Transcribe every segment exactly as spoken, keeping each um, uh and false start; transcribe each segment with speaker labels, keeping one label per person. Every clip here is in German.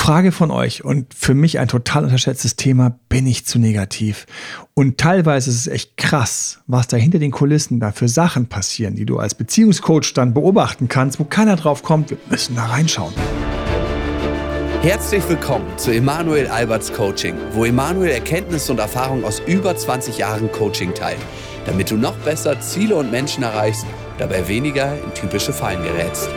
Speaker 1: Frage von euch und für mich ein total unterschätztes Thema, bin ich zu negativ? Und teilweise ist es echt krass, was da hinter den Kulissen da für Sachen passieren, die du als Beziehungscoach dann beobachten kannst, wo keiner drauf kommt. Wir müssen da reinschauen.
Speaker 2: Herzlich willkommen zu Emanuel Alberts Coaching, wo Emanuel Erkenntnisse und Erfahrung aus über zwanzig Jahren Coaching teilt, damit du noch besser Ziele und Menschen erreichst, dabei weniger in typische Fallen gerätst.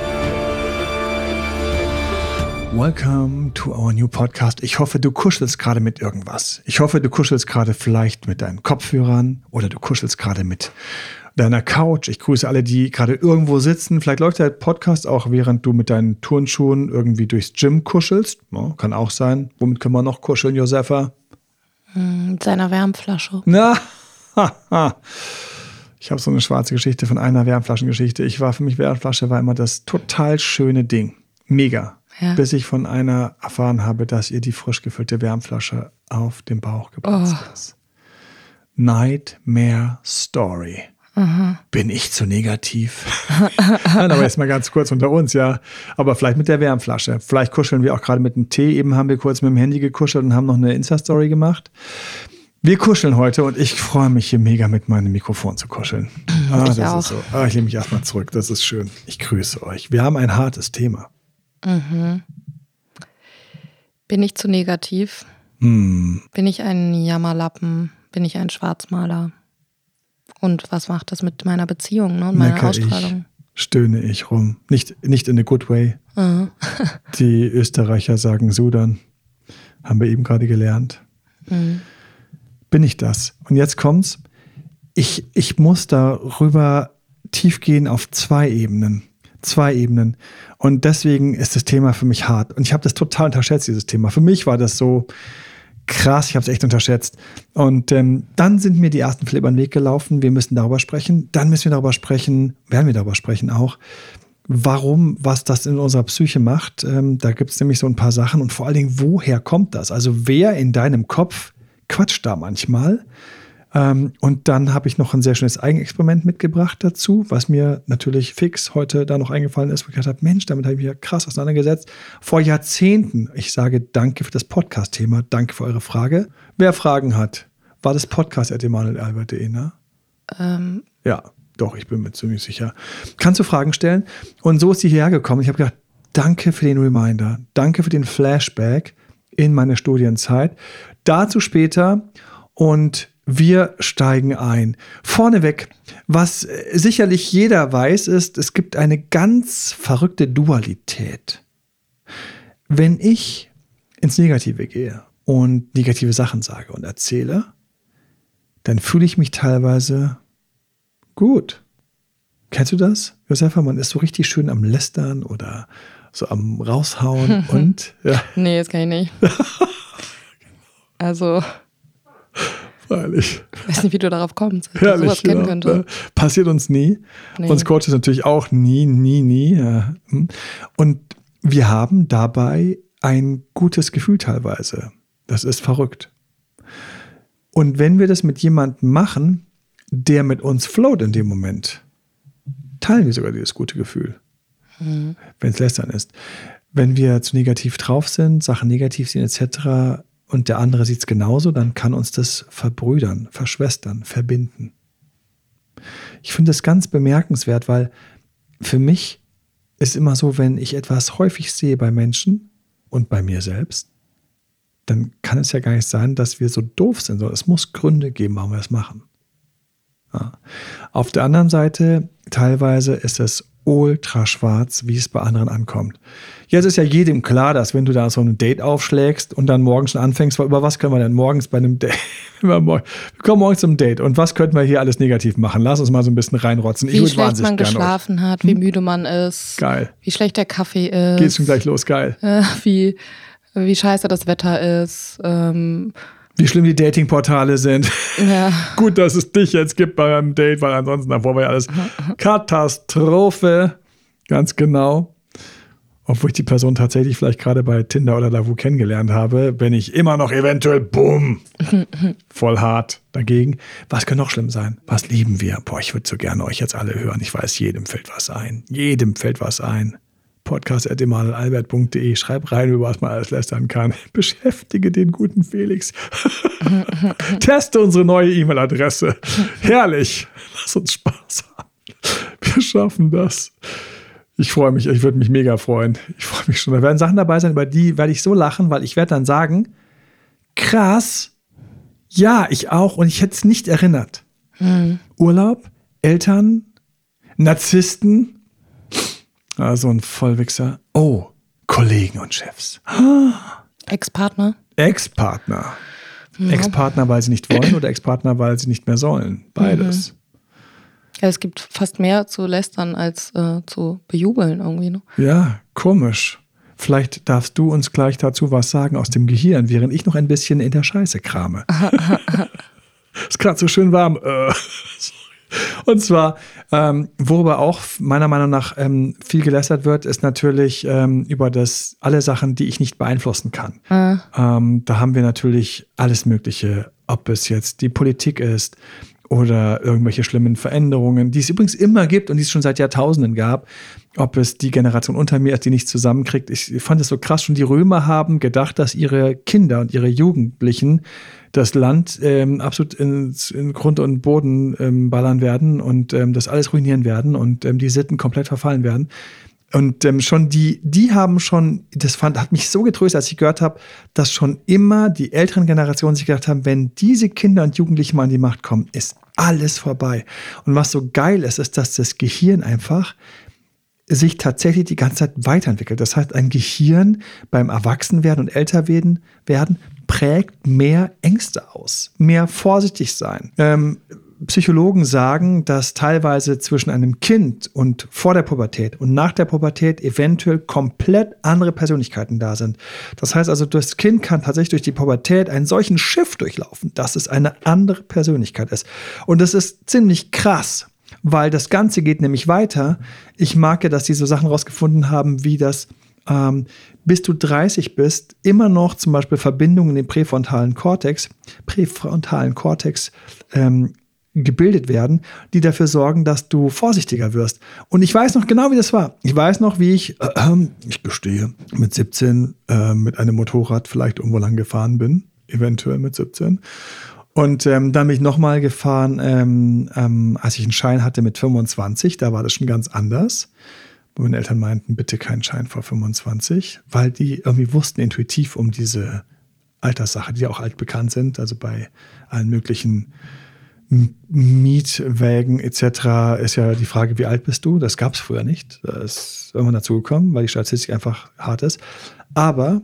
Speaker 1: Welcome to our new podcast. Ich hoffe, du kuschelst gerade mit irgendwas. Ich hoffe, du kuschelst gerade vielleicht mit deinen Kopfhörern oder du kuschelst gerade mit deiner Couch. Ich grüße alle, die gerade irgendwo sitzen. Vielleicht läuft der Podcast auch, während du mit deinen Turnschuhen irgendwie durchs Gym kuschelst. Ja, kann auch sein. Womit können wir noch kuscheln, Josefa?
Speaker 3: Mit seiner Wärmflasche.
Speaker 1: Na, haha. Ich habe so eine schwarze Geschichte von einer Wärmflaschengeschichte. Ich war für mich, Wärmflasche war immer das total schöne Ding. Mega. Ja. Bis ich von einer erfahren habe, dass ihr die frisch gefüllte Wärmflasche auf den Bauch geplatzt oh. ist. Nightmare Story. Mhm. Bin ich zu negativ? Nein, aber jetzt mal ganz kurz unter uns, ja. Aber vielleicht mit der Wärmflasche. Vielleicht kuscheln wir auch gerade mit dem Tee. Eben haben wir kurz mit dem Handy gekuschelt und haben noch eine Insta-Story gemacht. Wir kuscheln heute und ich freue mich hier mega mit meinem Mikrofon zu kuscheln. Ah,
Speaker 3: ich
Speaker 1: das
Speaker 3: auch.
Speaker 1: ist so. Ah, ich lehne mich erstmal zurück. Das ist schön. Ich grüße euch. Wir haben ein hartes Thema.
Speaker 3: Mhm. Bin ich zu negativ?
Speaker 1: Hm.
Speaker 3: Bin ich ein Jammerlappen? Bin ich ein Schwarzmaler? Und was macht das mit meiner Beziehung, ne, und meiner
Speaker 1: Mecker
Speaker 3: Ausstrahlung?
Speaker 1: Ich, stöhne ich rum. Nicht, nicht in a good way.
Speaker 3: Mhm.
Speaker 1: Die Österreicher sagen Sudan. Haben wir eben gerade gelernt.
Speaker 3: Mhm.
Speaker 1: Bin ich das? Und jetzt kommt's. Ich, ich muss darüber tief gehen auf zwei Ebenen. Zwei Ebenen. Und deswegen ist das Thema für mich hart. Und ich habe das total unterschätzt, dieses Thema. Für mich war das so krass, ich habe es echt unterschätzt. Und ähm, dann sind mir die ersten Fälle über den Weg gelaufen. Wir müssen darüber sprechen. Dann müssen wir darüber sprechen, werden wir darüber sprechen auch, warum, was das in unserer Psyche macht. Ähm, da gibt es nämlich so ein paar Sachen. Und vor allen Dingen, woher kommt das? Also wer in deinem Kopf quatscht da manchmal? Ähm, und dann habe ich noch ein sehr schönes Eigenexperiment mitgebracht dazu, was mir natürlich fix heute da noch eingefallen ist, wo ich gedacht habe, Mensch, damit habe ich mich ja krass auseinandergesetzt. Vor Jahrzehnten, ich sage danke für das Podcast-Thema, danke für eure Frage. Wer Fragen hat, war das Podcast at emanuel albert punkt de, ne?
Speaker 3: Ähm.
Speaker 1: Ja, doch, ich bin mir ziemlich sicher. Kannst du Fragen stellen? Und so ist sie hierher gekommen. Ich habe gedacht, danke für den Reminder, danke für den Flashback in meine Studienzeit. Dazu später und wir steigen ein. Vorneweg, was sicherlich jeder weiß, ist, es gibt eine ganz verrückte Dualität. Wenn ich ins Negative gehe und negative Sachen sage und erzähle, dann fühle ich mich teilweise gut. Kennst du das, Josefa? Man ist so richtig schön am Lästern oder so am Raushauen und ja.
Speaker 3: Nee, das kann ich nicht. Also
Speaker 1: Freilich.
Speaker 3: Ich weiß nicht, wie du darauf kommst, dass
Speaker 1: Herrlich,
Speaker 3: ich sowas kennen
Speaker 1: ja.
Speaker 3: könnte.
Speaker 1: Passiert uns nie.
Speaker 3: Nee.
Speaker 1: Uns Coaches natürlich auch nie, nie, nie. Ja. Und wir haben dabei ein gutes Gefühl teilweise. Das ist verrückt. Und wenn wir das mit jemandem machen, der mit uns float in dem Moment, teilen wir sogar dieses gute Gefühl. Mhm. Wenn es lästern ist. Wenn wir zu negativ drauf sind, Sachen negativ sind et cetera, und der andere sieht es genauso, dann kann uns das verbrüdern, verschwestern, verbinden. Ich finde das ganz bemerkenswert, weil für mich ist immer so, wenn ich etwas häufig sehe bei Menschen und bei mir selbst, dann kann es ja gar nicht sein, dass wir so doof sind, sondern es muss Gründe geben, warum wir das machen. Ja. Auf der anderen Seite, teilweise ist es ultra schwarz, wie es bei anderen ankommt. Jetzt ist ja jedem klar, dass wenn du da so ein Date aufschlägst und dann morgens schon anfängst, über was können wir denn morgens bei einem Date, wir kommen morgens zum Date und was könnten wir hier alles negativ machen? Lass uns mal so ein bisschen reinrotzen.
Speaker 3: Wie
Speaker 1: ich
Speaker 3: schlecht man geschlafen
Speaker 1: euch.
Speaker 3: hat, wie müde man ist.
Speaker 1: Geil.
Speaker 3: Wie schlecht der Kaffee ist.
Speaker 1: Geht's schon gleich los, geil.
Speaker 3: Äh, wie, wie scheiße das Wetter ist. Ähm,
Speaker 1: Wie schlimm die Datingportale sind.
Speaker 3: Ja.
Speaker 1: Gut, dass es dich jetzt gibt beim Date, weil ansonsten davor war ja alles Katastrophe. Ganz genau. Obwohl ich die Person tatsächlich vielleicht gerade bei Tinder oder Lavu kennengelernt habe, bin ich immer noch eventuell, bumm, voll hart dagegen. Was kann noch schlimm sein? Was lieben wir? Boah, ich würde so gerne euch jetzt alle hören. Ich weiß, jedem fällt was ein. Jedem fällt was ein. podcast at emanuel albert punkt de. Schreib rein, über was man alles lästern kann. Beschäftige den guten Felix. Teste unsere neue E-Mail-Adresse. Herrlich. Lass uns Spaß haben. Wir schaffen das. Ich freue mich, ich würde mich mega freuen. Ich freue mich schon. Da werden Sachen dabei sein, über die werde ich so lachen, weil ich werde dann sagen, krass, ja, ich auch und ich hätte es nicht erinnert. Mhm. Urlaub, Eltern, Narzissten, ah, so ein Vollwichser. Oh, Kollegen und Chefs.
Speaker 3: Ex-Partner?
Speaker 1: Ex-Partner.
Speaker 3: Ja.
Speaker 1: Ex-Partner, weil sie nicht wollen oder Ex-Partner, weil sie nicht mehr sollen. Beides.
Speaker 3: Mhm. Ja, es gibt fast mehr zu lästern als äh, zu bejubeln irgendwie. Ne?
Speaker 1: Ja, komisch. Vielleicht darfst du uns gleich dazu was sagen aus dem Gehirn, während ich noch ein bisschen in der Scheiße krame. Ist gerade so schön warm. Äh, Und zwar, ähm, worüber auch meiner Meinung nach ähm, viel gelästert wird, ist natürlich ähm, über das alle Sachen, die ich nicht beeinflussen kann. Mhm. Ähm, da haben wir natürlich alles Mögliche, ob es jetzt die Politik ist oder irgendwelche schlimmen Veränderungen, die es übrigens immer gibt und die es schon seit Jahrtausenden gab. Ob es die Generation unter mir ist, die nichts zusammenkriegt. Ich fand es so krass, schon die Römer haben gedacht, dass ihre Kinder und ihre Jugendlichen das Land ähm, absolut ins, in Grund und Boden ähm, ballern werden und ähm, das alles ruinieren werden und ähm, die Sitten komplett verfallen werden. Und ähm, schon die, die haben schon, das fand, hat mich so getröstet, als ich gehört habe, dass schon immer die älteren Generationen sich gedacht haben, wenn diese Kinder und Jugendlichen mal an die Macht kommen, ist alles vorbei. Und was so geil ist, ist, dass das Gehirn einfach sich tatsächlich die ganze Zeit weiterentwickelt. Das heißt, ein Gehirn beim Erwachsenwerden und Älterwerden werden prägt mehr Ängste aus, mehr vorsichtig sein. Ähm, Psychologen sagen, dass teilweise zwischen einem Kind und vor der Pubertät und nach der Pubertät eventuell komplett andere Persönlichkeiten da sind. Das heißt also, das Kind kann tatsächlich durch die Pubertät einen solchen Shift durchlaufen, dass es eine andere Persönlichkeit ist. Und das ist ziemlich krass, weil das Ganze geht nämlich weiter. Ich mag ja, dass die so Sachen rausgefunden haben, wie das ähm, bis du dreißig bist, immer noch zum Beispiel Verbindungen in den präfrontalen Kortex, präfrontalen Kortex ähm, gebildet werden, die dafür sorgen, dass du vorsichtiger wirst. Und ich weiß noch genau, wie das war. Ich weiß noch, wie ich, äh, ich gestehe, mit siebzehn äh, mit einem Motorrad vielleicht irgendwo lang gefahren bin, eventuell mit siebzehn. Und ähm, dann bin ich nochmal gefahren, ähm, ähm, als ich einen Schein hatte mit fünfundzwanzig, da war das schon ganz anders. Wo meine Eltern meinten, bitte keinen Schein vor fünfundzwanzig, weil die irgendwie wussten intuitiv um diese Alterssache, die ja auch altbekannt sind, also bei allen möglichen Mietwägen et cetera ist ja die Frage, wie alt bist du? Das gab es früher nicht. Da ist irgendwann dazu gekommen, weil die Statistik einfach hart ist. Aber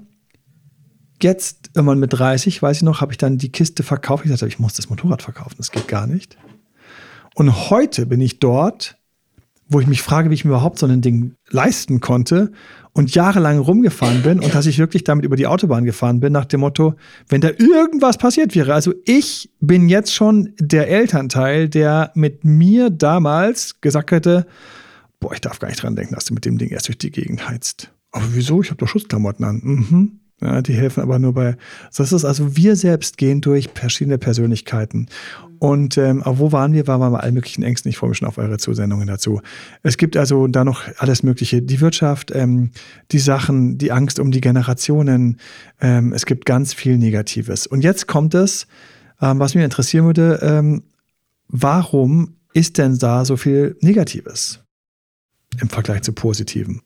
Speaker 1: jetzt, irgendwann mit dreißig, weiß ich noch, habe ich dann die Kiste verkauft. Ich dachte, ich muss das Motorrad verkaufen, das geht gar nicht. Und heute bin ich dort, wo ich mich frage, wie ich mir überhaupt so ein Ding leisten konnte und jahrelang rumgefahren bin und dass ich wirklich damit über die Autobahn gefahren bin, nach dem Motto, wenn da irgendwas passiert wäre. Also ich bin jetzt schon der Elternteil, der mit mir damals gesagt hätte, boah, ich darf gar nicht dran denken, dass du mit dem Ding erst durch die Gegend heizt. Aber wieso? Ich habe doch Schutzklamotten an. Mhm. Ja, die helfen aber nur bei, das ist also, wir selbst gehen durch verschiedene Persönlichkeiten. Und ähm, wo waren wir? Waren wir bei allen möglichen Ängsten. Ich freue mich schon auf eure Zusendungen dazu. Es gibt also da noch alles Mögliche. Die Wirtschaft, ähm, die Sachen, die Angst um die Generationen. Ähm, es gibt ganz viel Negatives. Und jetzt kommt es, ähm, was mich interessieren würde, ähm, warum ist denn da so viel Negatives im Vergleich zu Positiven?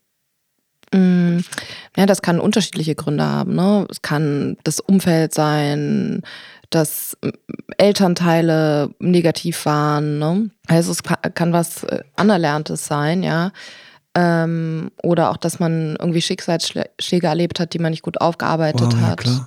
Speaker 3: Ja, das kann unterschiedliche Gründe haben. Ne? Es kann das Umfeld sein, dass Elternteile negativ waren. Ne? Also es kann was Anerlerntes sein, ja. Ähm, oder auch, dass man irgendwie Schicksalsschläge erlebt hat, die man nicht gut aufgearbeitet
Speaker 1: wow,
Speaker 3: hat.
Speaker 1: Ja, klar.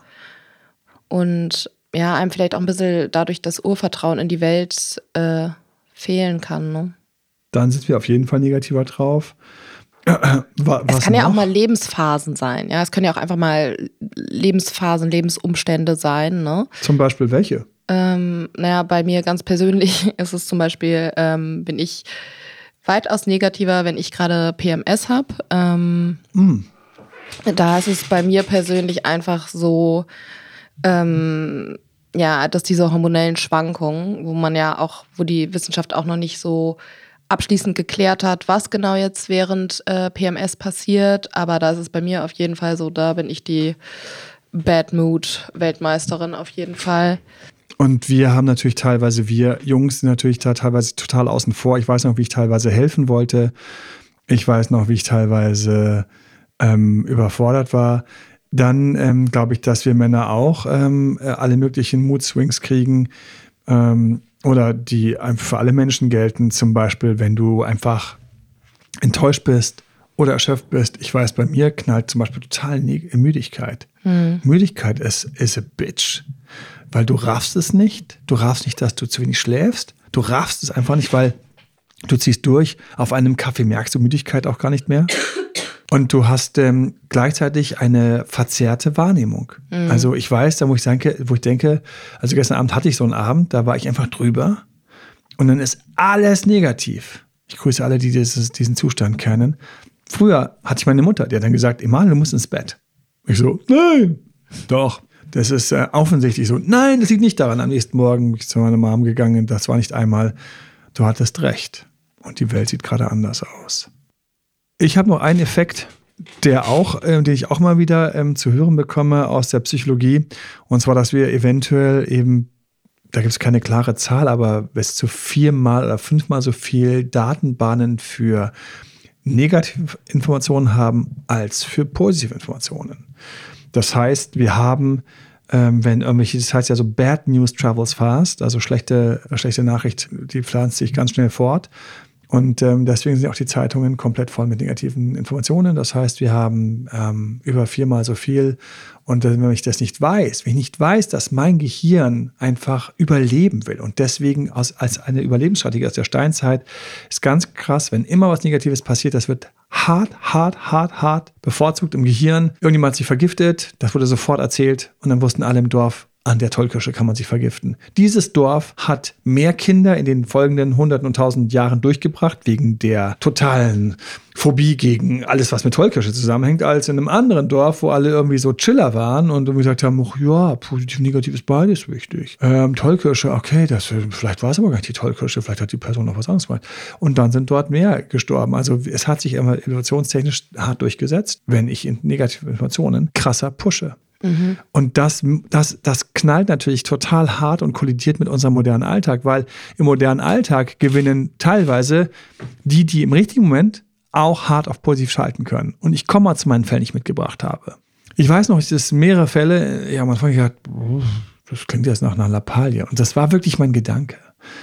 Speaker 3: Und ja, einem vielleicht auch ein bisschen dadurch das Urvertrauen in die Welt äh, fehlen kann. Ne?
Speaker 1: Dann sind wir auf jeden Fall negativer drauf.
Speaker 3: Was es kann noch? Ja auch mal Lebensphasen sein. Ja, es können ja auch einfach mal Lebensphasen, Lebensumstände sein. Ne?
Speaker 1: Zum Beispiel welche?
Speaker 3: Ähm, naja, bei mir ganz persönlich ist es zum Beispiel, ähm, bin ich weitaus negativer, wenn ich gerade P M S habe. Ähm, mm. Da ist es bei mir persönlich einfach so, ähm, ja, dass diese hormonellen Schwankungen, wo man ja auch, wo die Wissenschaft auch noch nicht so abschließend geklärt hat, was genau jetzt während äh, P M S passiert. Aber da ist es bei mir auf jeden Fall so, da bin ich die Bad Mood Weltmeisterin auf jeden Fall.
Speaker 1: Und wir haben natürlich teilweise, wir Jungs sind natürlich da teilweise total außen vor. Ich weiß noch, wie ich teilweise helfen wollte. Ich weiß noch, wie ich teilweise ähm, überfordert war. Dann ähm, glaube ich, dass wir Männer auch ähm, alle möglichen Mood-Swings kriegen ähm, oder die für alle Menschen gelten. Zum Beispiel, wenn du einfach enttäuscht bist oder erschöpft bist. Ich weiß, bei mir knallt zum Beispiel total Müdigkeit. Hm. Müdigkeit ist, ist a bitch. Weil du raffst es nicht. Du raffst nicht, dass du zu wenig schläfst. Du raffst es einfach nicht, weil du ziehst durch. Auf einem Kaffee merkst du Müdigkeit auch gar nicht mehr. Und du hast ähm, gleichzeitig eine verzerrte Wahrnehmung. Mhm. Also ich weiß, da wo ich denke, wo ich denke, also gestern Abend hatte ich so einen Abend, da war ich einfach drüber. Und dann ist alles negativ. Ich grüße alle, die dieses, diesen Zustand kennen. Früher hatte ich meine Mutter, die hat dann gesagt, Emanuel, du musst ins Bett. Ich so, nein, doch. Das ist äh, offensichtlich so. Nein, das liegt nicht daran. Am nächsten Morgen bin ich zu meiner Mom gegangen. Das war nicht einmal. Du hattest recht. Und die Welt sieht gerade anders aus. Ich habe noch einen Effekt, der auch, äh, den ich auch mal wieder ähm, zu hören bekomme aus der Psychologie. Und zwar, dass wir eventuell eben, da gibt es keine klare Zahl, aber bis zu viermal oder fünfmal so viel Datenbahnen für negative Informationen haben als für positive Informationen. Das heißt, wir haben, ähm, wenn irgendwelche, das heißt ja so Bad News travels fast, also schlechte, schlechte Nachricht, die pflanzt sich ganz schnell fort. Und ähm, deswegen sind auch die Zeitungen komplett voll mit negativen Informationen. Das heißt, wir haben ähm, über viermal so viel. Und äh, wenn ich das nicht weiß, wenn ich nicht weiß, dass mein Gehirn einfach überleben will und deswegen aus, als eine Überlebensstrategie aus der Steinzeit ist ganz krass, wenn immer was Negatives passiert, das wird hart, hart, hart, hart bevorzugt im Gehirn. Irgendjemand hat sich vergiftet, das wurde sofort erzählt und dann wussten alle im Dorf, an der Tollkirsche kann man sich vergiften. Dieses Dorf hat mehr Kinder in den folgenden hunderten und tausend Jahren durchgebracht, wegen der totalen Phobie gegen alles, was mit Tollkirsche zusammenhängt, als in einem anderen Dorf, wo alle irgendwie so Chiller waren und irgendwie gesagt haben, ach ja, positiv, negativ ist beides wichtig. Ähm, Tollkirsche, okay, das, vielleicht war es aber gar nicht die Tollkirsche, vielleicht hat die Person noch was anderes gemacht. Und dann sind dort mehr gestorben. Also es hat sich immer evolutionstechnisch hart durchgesetzt, wenn ich in negative Informationen krasser pushe. Mhm. Und das, das, das knallt natürlich total hart und kollidiert mit unserem modernen Alltag, weil im modernen Alltag gewinnen teilweise die, die im richtigen Moment auch hart auf positiv schalten können. Und ich komme mal zu meinen Fällen, die ich mitgebracht habe. Ich weiß noch, es ist mehrere Fälle, ja, man hat gedacht, oh, das klingt jetzt nach einer Lappalie. Und das war wirklich mein Gedanke.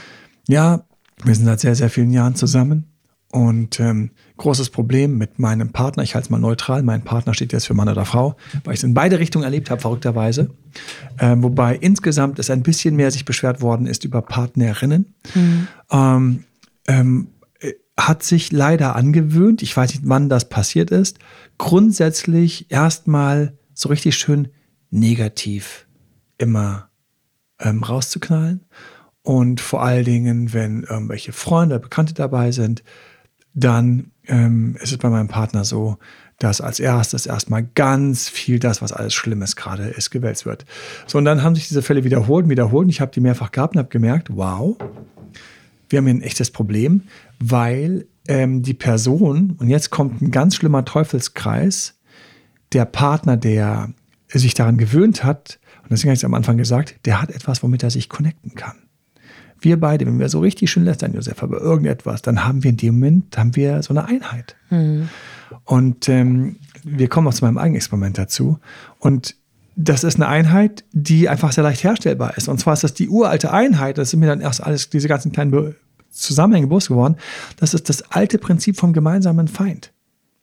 Speaker 1: Ja, wir sind seit sehr, sehr vielen Jahren zusammen. Und ähm, großes Problem mit meinem Partner, ich halte es mal neutral, mein Partner steht jetzt für Mann oder Frau, weil ich es in beide Richtungen erlebt habe, verrückterweise. Ähm, wobei insgesamt es ein bisschen mehr sich beschwert worden ist über Partnerinnen. Mhm. Ähm, ähm, hat sich leider angewöhnt, ich weiß nicht, wann das passiert ist, grundsätzlich erstmal so richtig schön negativ immer ähm, rauszuknallen. Und vor allen Dingen, wenn irgendwelche Freunde oder Bekannte dabei sind, dann ähm, ist es bei meinem Partner so, dass als erstes erstmal ganz viel das, was alles Schlimmes gerade ist, gewälzt wird. So, und dann haben sich diese Fälle wiederholt und wiederholt. Und ich habe die mehrfach gehabt und habe gemerkt, wow, wir haben hier ein echtes Problem, weil ähm, die Person, und jetzt kommt ein ganz schlimmer Teufelskreis, der Partner, der sich daran gewöhnt hat, und deswegen habe ich es am Anfang gesagt, der hat etwas, womit er sich connecten kann. Wir beide, wenn wir so richtig schön lästern, Josef, aber irgendetwas, dann haben wir in dem Moment, haben wir so eine Einheit. Mhm. Und ähm, wir kommen auch zu meinem eigenen Experiment dazu. Und das ist eine Einheit, die einfach sehr leicht herstellbar ist. Und zwar ist das die uralte Einheit, das sind mir dann erst alles, diese ganzen kleinen Zusammenhänge bewusst geworden, das ist das alte Prinzip vom gemeinsamen Feind.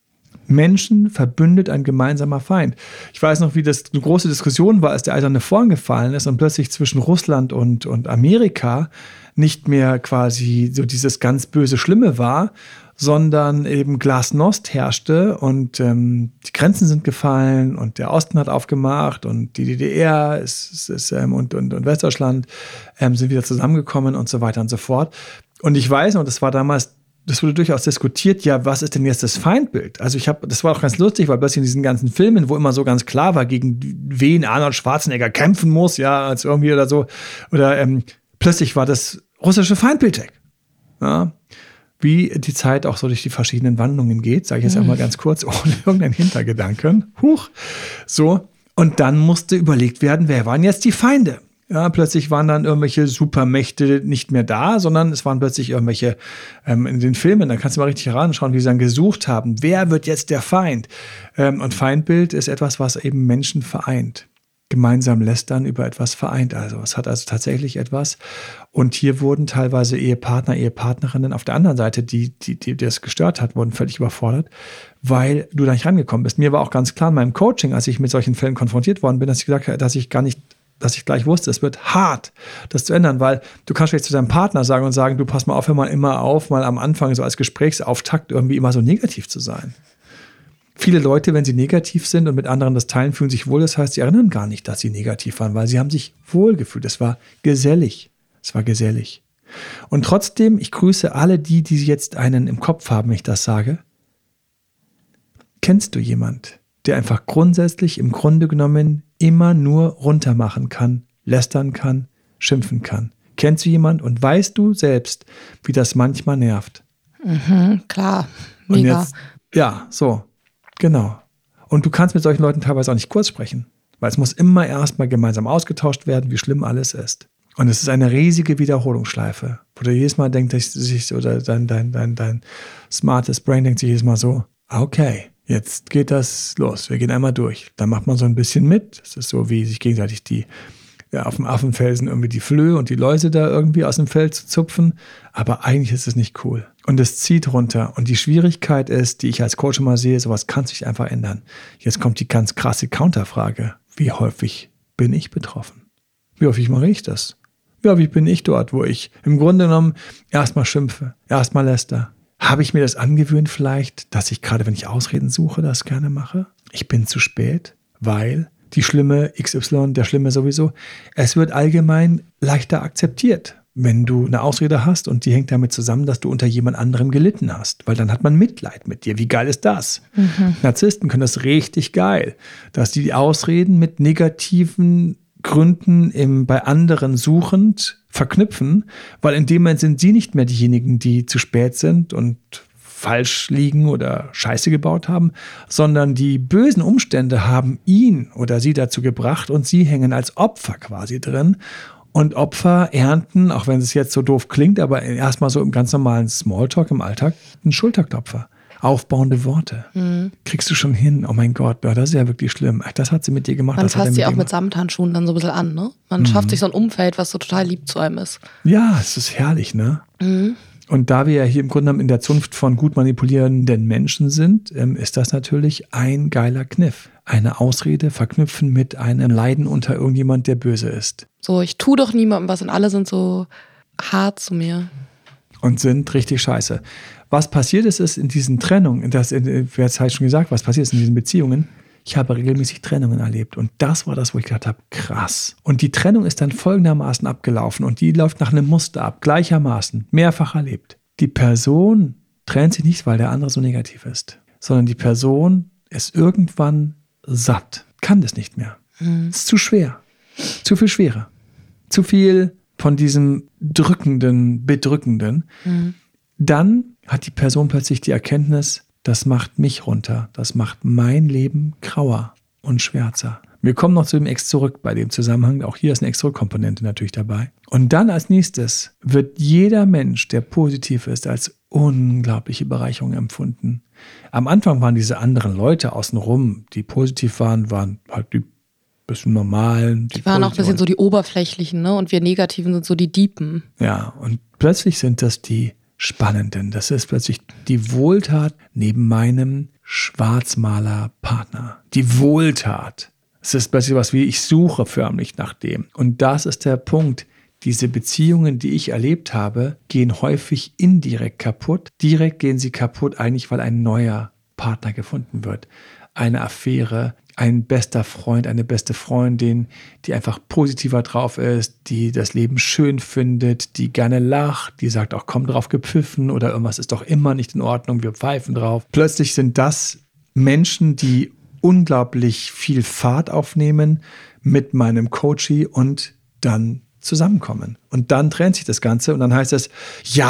Speaker 1: Menschen verbündet ein gemeinsamer Feind. Ich weiß noch, wie das eine große Diskussion war, als der Eiserne Vorhang gefallen ist und plötzlich zwischen Russland und, und Amerika nicht mehr quasi so dieses ganz böse Schlimme war, sondern eben Glasnost herrschte und ähm, die Grenzen sind gefallen und der Osten hat aufgemacht und die D D R ist, ist, ist, ähm, und, und, und Westdeutschland ähm, sind wieder zusammengekommen und so weiter und so fort. Und ich weiß noch, das war damals Das wurde durchaus diskutiert, ja, was ist denn jetzt das Feindbild? Also ich habe, das war auch ganz lustig, weil plötzlich in diesen ganzen Filmen, wo immer so ganz klar war, gegen wen Arnold Schwarzenegger kämpfen muss, ja, als irgendwie oder so, oder ähm, plötzlich war das russische Feindbild weg. Ja. wie die Zeit auch so durch die verschiedenen Wandlungen geht, sage ich jetzt einmal ganz kurz, ohne irgendeinen Hintergedanken. Huch, so. Und dann musste überlegt werden, wer waren jetzt die Feinde? Ja, plötzlich waren dann irgendwelche Supermächte nicht mehr da, sondern es waren plötzlich irgendwelche ähm, in den Filmen, da kannst du mal richtig heranschauen, wie sie dann gesucht haben, wer wird jetzt der Feind? Ähm, und Feindbild ist etwas, was eben Menschen vereint. Gemeinsam lästern über etwas vereint also. Es hat also tatsächlich etwas. Und hier wurden teilweise Ehepartner, Ehepartnerinnen auf der anderen Seite, die, die, die das gestört hat, wurden völlig überfordert, weil du da nicht rangekommen bist. Mir war auch ganz klar in meinem Coaching, als ich mit solchen Fällen konfrontiert worden bin, dass ich gesagt habe, dass ich gar nicht, dass ich gleich wusste, es wird hart, das zu ändern, weil du kannst vielleicht zu deinem Partner sagen und sagen, du pass mal auf, hör mal immer auf, mal am Anfang so als Gesprächsauftakt irgendwie immer so negativ zu sein. Viele Leute, wenn sie negativ sind und mit anderen das teilen, fühlen sich wohl. Das heißt, sie erinnern gar nicht, dass sie negativ waren, weil sie haben sich wohl gefühlt. Es war gesellig. Es war gesellig. Und trotzdem, ich grüße alle die, die jetzt einen im Kopf haben, wenn ich das sage. Kennst du jemand, der einfach grundsätzlich im Grunde genommen immer nur runtermachen kann, lästern kann, schimpfen kann? Kennst du jemand und weißt du selbst, wie das manchmal nervt?
Speaker 3: Mhm, klar, mega.
Speaker 1: Und jetzt, ja, so. Genau. Und du kannst mit solchen Leuten teilweise auch nicht kurz sprechen, weil es muss immer erstmal gemeinsam ausgetauscht werden, wie schlimm alles ist. Und es ist eine riesige Wiederholungsschleife, wo du jedes Mal denkst, sich, oder dein, dein, dein, dein smartes Brain denkt sich jedes Mal so, okay, jetzt geht das los, wir gehen einmal durch. Dann macht man so ein bisschen mit. Es ist so, wie sich gegenseitig die ja, auf dem Affenfelsen irgendwie die Flöhe und die Läuse da irgendwie aus dem Feld zu zupfen. Aber eigentlich ist es nicht cool. Und es zieht runter. Und die Schwierigkeit ist, die ich als Coach immer sehe, sowas kann sich einfach ändern. Jetzt kommt die ganz krasse Counterfrage. Wie häufig bin ich betroffen? Wie häufig mache ich das? Wie häufig bin ich dort, wo ich im Grunde genommen erstmal schimpfe, erstmal läster? Habe ich mir das angewöhnt vielleicht, dass ich gerade, wenn ich Ausreden suche, das gerne mache? Ich bin zu spät, weil die schlimme X Y, der schlimme sowieso. Es wird allgemein leichter akzeptiert, wenn du eine Ausrede hast und die hängt damit zusammen, dass du unter jemand anderem gelitten hast, weil dann hat man Mitleid mit dir. Wie geil ist das? Mhm. Narzissten können das richtig geil, dass die die Ausreden mit negativen Gründen im, bei anderen suchend verknüpfen, weil in dem Moment sind sie nicht mehr diejenigen, die zu spät sind und falsch liegen oder Scheiße gebaut haben, sondern die bösen Umstände haben ihn oder sie dazu gebracht und sie hängen als Opfer quasi drin. Und Opfer ernten, auch wenn es jetzt so doof klingt, aber erstmal so im ganz normalen Smalltalk im Alltag, einen Schulterklopfer. Aufbauende Worte. Mhm. Kriegst du schon hin? Oh mein Gott, das ist ja wirklich schlimm. Ach, das hat sie mit dir gemacht.
Speaker 3: Man
Speaker 1: das
Speaker 3: fasst
Speaker 1: sie
Speaker 3: auch mit Samthandschuhen dann so ein bisschen an, ne? Man mhm. schafft sich so ein Umfeld, was so total lieb zu einem ist.
Speaker 1: Ja, es ist herrlich, ne? Mhm. Und da wir ja hier im Grunde genommen in der Zunft von gut manipulierenden Menschen sind, ist das natürlich ein geiler Kniff. Eine Ausrede verknüpfen mit einem Leiden unter irgendjemand, der böse ist.
Speaker 3: So, ich tue doch niemandem was und alle sind so hart zu mir.
Speaker 1: Und sind richtig scheiße. Was passiert ist, ist in diesen Trennungen, das, wer hat es schon gesagt, was passiert ist in diesen Beziehungen, ich habe regelmäßig Trennungen erlebt. Und das war das, wo ich gedacht habe, krass. Und die Trennung ist dann folgendermaßen abgelaufen. Und die läuft nach einem Muster ab, gleichermaßen, mehrfach erlebt. Die Person trennt sich nicht, weil der andere so negativ ist, sondern die Person ist irgendwann satt, kann das nicht mehr. Mhm. Ist zu schwer, zu viel Schwere, zu viel von diesem Drückenden, Bedrückenden. Mhm. Dann hat die Person plötzlich die Erkenntnis, das macht mich runter, das macht mein Leben grauer und schwärzer. Wir kommen noch zu dem Ex zurück bei dem Zusammenhang. Auch hier ist eine Ex-Komponente natürlich dabei. Und dann als nächstes wird jeder Mensch, der positiv ist, als unglaubliche Bereicherung empfunden. Am Anfang waren diese anderen Leute außenrum, die positiv waren, waren halt die bisschen normalen.
Speaker 3: Die, die waren auch ein bisschen so die Oberflächlichen, ne? Und wir Negativen sind so die Diepen.
Speaker 1: Ja, und plötzlich sind das die Spannenden. Das ist plötzlich die Wohltat neben meinem Schwarzmalerpartner. Die Wohltat. Es ist plötzlich was wie, ich suche förmlich nach dem. Und das ist der Punkt. Diese Beziehungen, die ich erlebt habe, gehen häufig indirekt kaputt. Direkt gehen sie kaputt, eigentlich weil ein neuer Partner gefunden wird. Eine Affäre, ein bester Freund, eine beste Freundin, die einfach positiver drauf ist, die das Leben schön findet, die gerne lacht, die sagt auch, komm drauf gepfiffen oder irgendwas ist doch immer nicht in Ordnung, wir pfeifen drauf. Plötzlich sind das Menschen, die unglaublich viel Fahrt aufnehmen mit meinem Coachie und dann zusammenkommen. Und dann trennt sich das Ganze und dann heißt es, ja,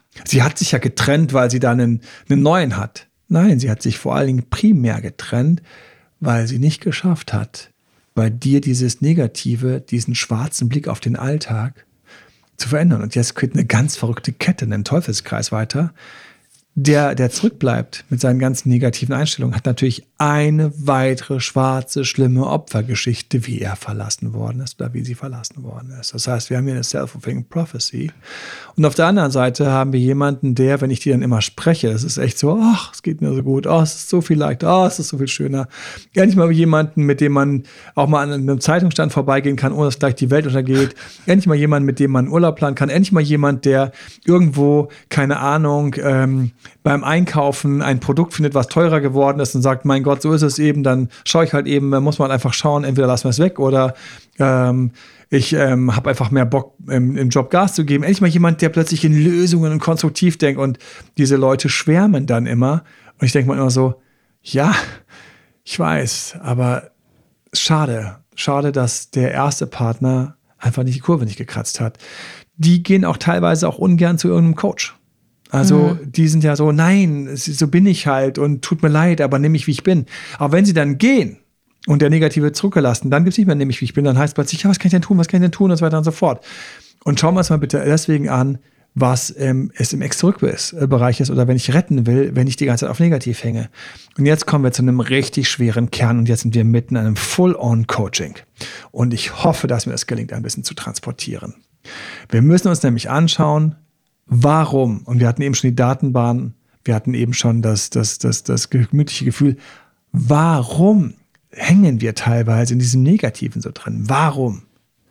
Speaker 1: Sie hat sich ja getrennt, weil sie da einen, einen neuen hat. Nein, sie hat sich vor allen Dingen primär getrennt, weil sie nicht geschafft hat, bei dir dieses Negative, diesen schwarzen Blick auf den Alltag zu verändern. Und jetzt geht eine ganz verrückte Kette, einen Teufelskreis weiter. Der, der zurückbleibt mit seinen ganzen negativen Einstellungen, hat natürlich eine weitere schwarze, schlimme Opfergeschichte, wie er verlassen worden ist oder wie sie verlassen worden ist. Das heißt, wir haben hier eine self-fulfilling prophecy. Und auf der anderen Seite haben wir jemanden, der, wenn ich dir dann immer spreche, das ist echt so, ach, es geht mir so gut, oh, es ist so viel leichter, oh, es ist so viel schöner. Endlich mal jemanden, mit dem man auch mal an einem Zeitungsstand vorbeigehen kann, ohne dass gleich die Welt untergeht. Endlich mal jemanden, mit dem man Urlaub planen kann. Endlich mal jemand, der irgendwo, keine Ahnung, ähm, beim Einkaufen ein Produkt findet, was teurer geworden ist und sagt, mein Gott, so ist es eben, dann schaue ich halt eben, muss man einfach schauen, entweder lassen wir es weg oder ähm, ich ähm, habe einfach mehr Bock, im, im Job Gas zu geben. Endlich mal jemand, der plötzlich in Lösungen und konstruktiv denkt und diese Leute schwärmen dann immer. Und ich denke mal immer so, ja, ich weiß, aber schade, schade, dass der erste Partner einfach nicht die Kurve nicht gekratzt hat. Die gehen auch teilweise auch ungern zu irgendeinem Coach. Also mhm. die sind ja so, nein, so bin ich halt und tut mir leid, aber nimm mich, wie ich bin. Aber wenn sie dann gehen und der Negative zurückgelassen, dann gibt es nicht mehr nimm mich, wie ich bin, dann heißt es plötzlich, ja, was kann ich denn tun, was kann ich denn tun und so weiter und so fort. Und schauen wir uns mal bitte deswegen an, was ähm, es im Ex-Zurück-Bereich ist oder wenn ich retten will, wenn ich die ganze Zeit auf Negativ hänge. Und jetzt kommen wir zu einem richtig schweren Kern und jetzt sind wir mitten in einem Full-on-Coaching. Und ich hoffe, dass mir das gelingt, ein bisschen zu transportieren. Wir müssen uns nämlich anschauen, warum, und wir hatten eben schon die Datenbahn, wir hatten eben schon das, das, das, das gemütliche Gefühl, warum hängen wir teilweise in diesem Negativen so drin? Warum?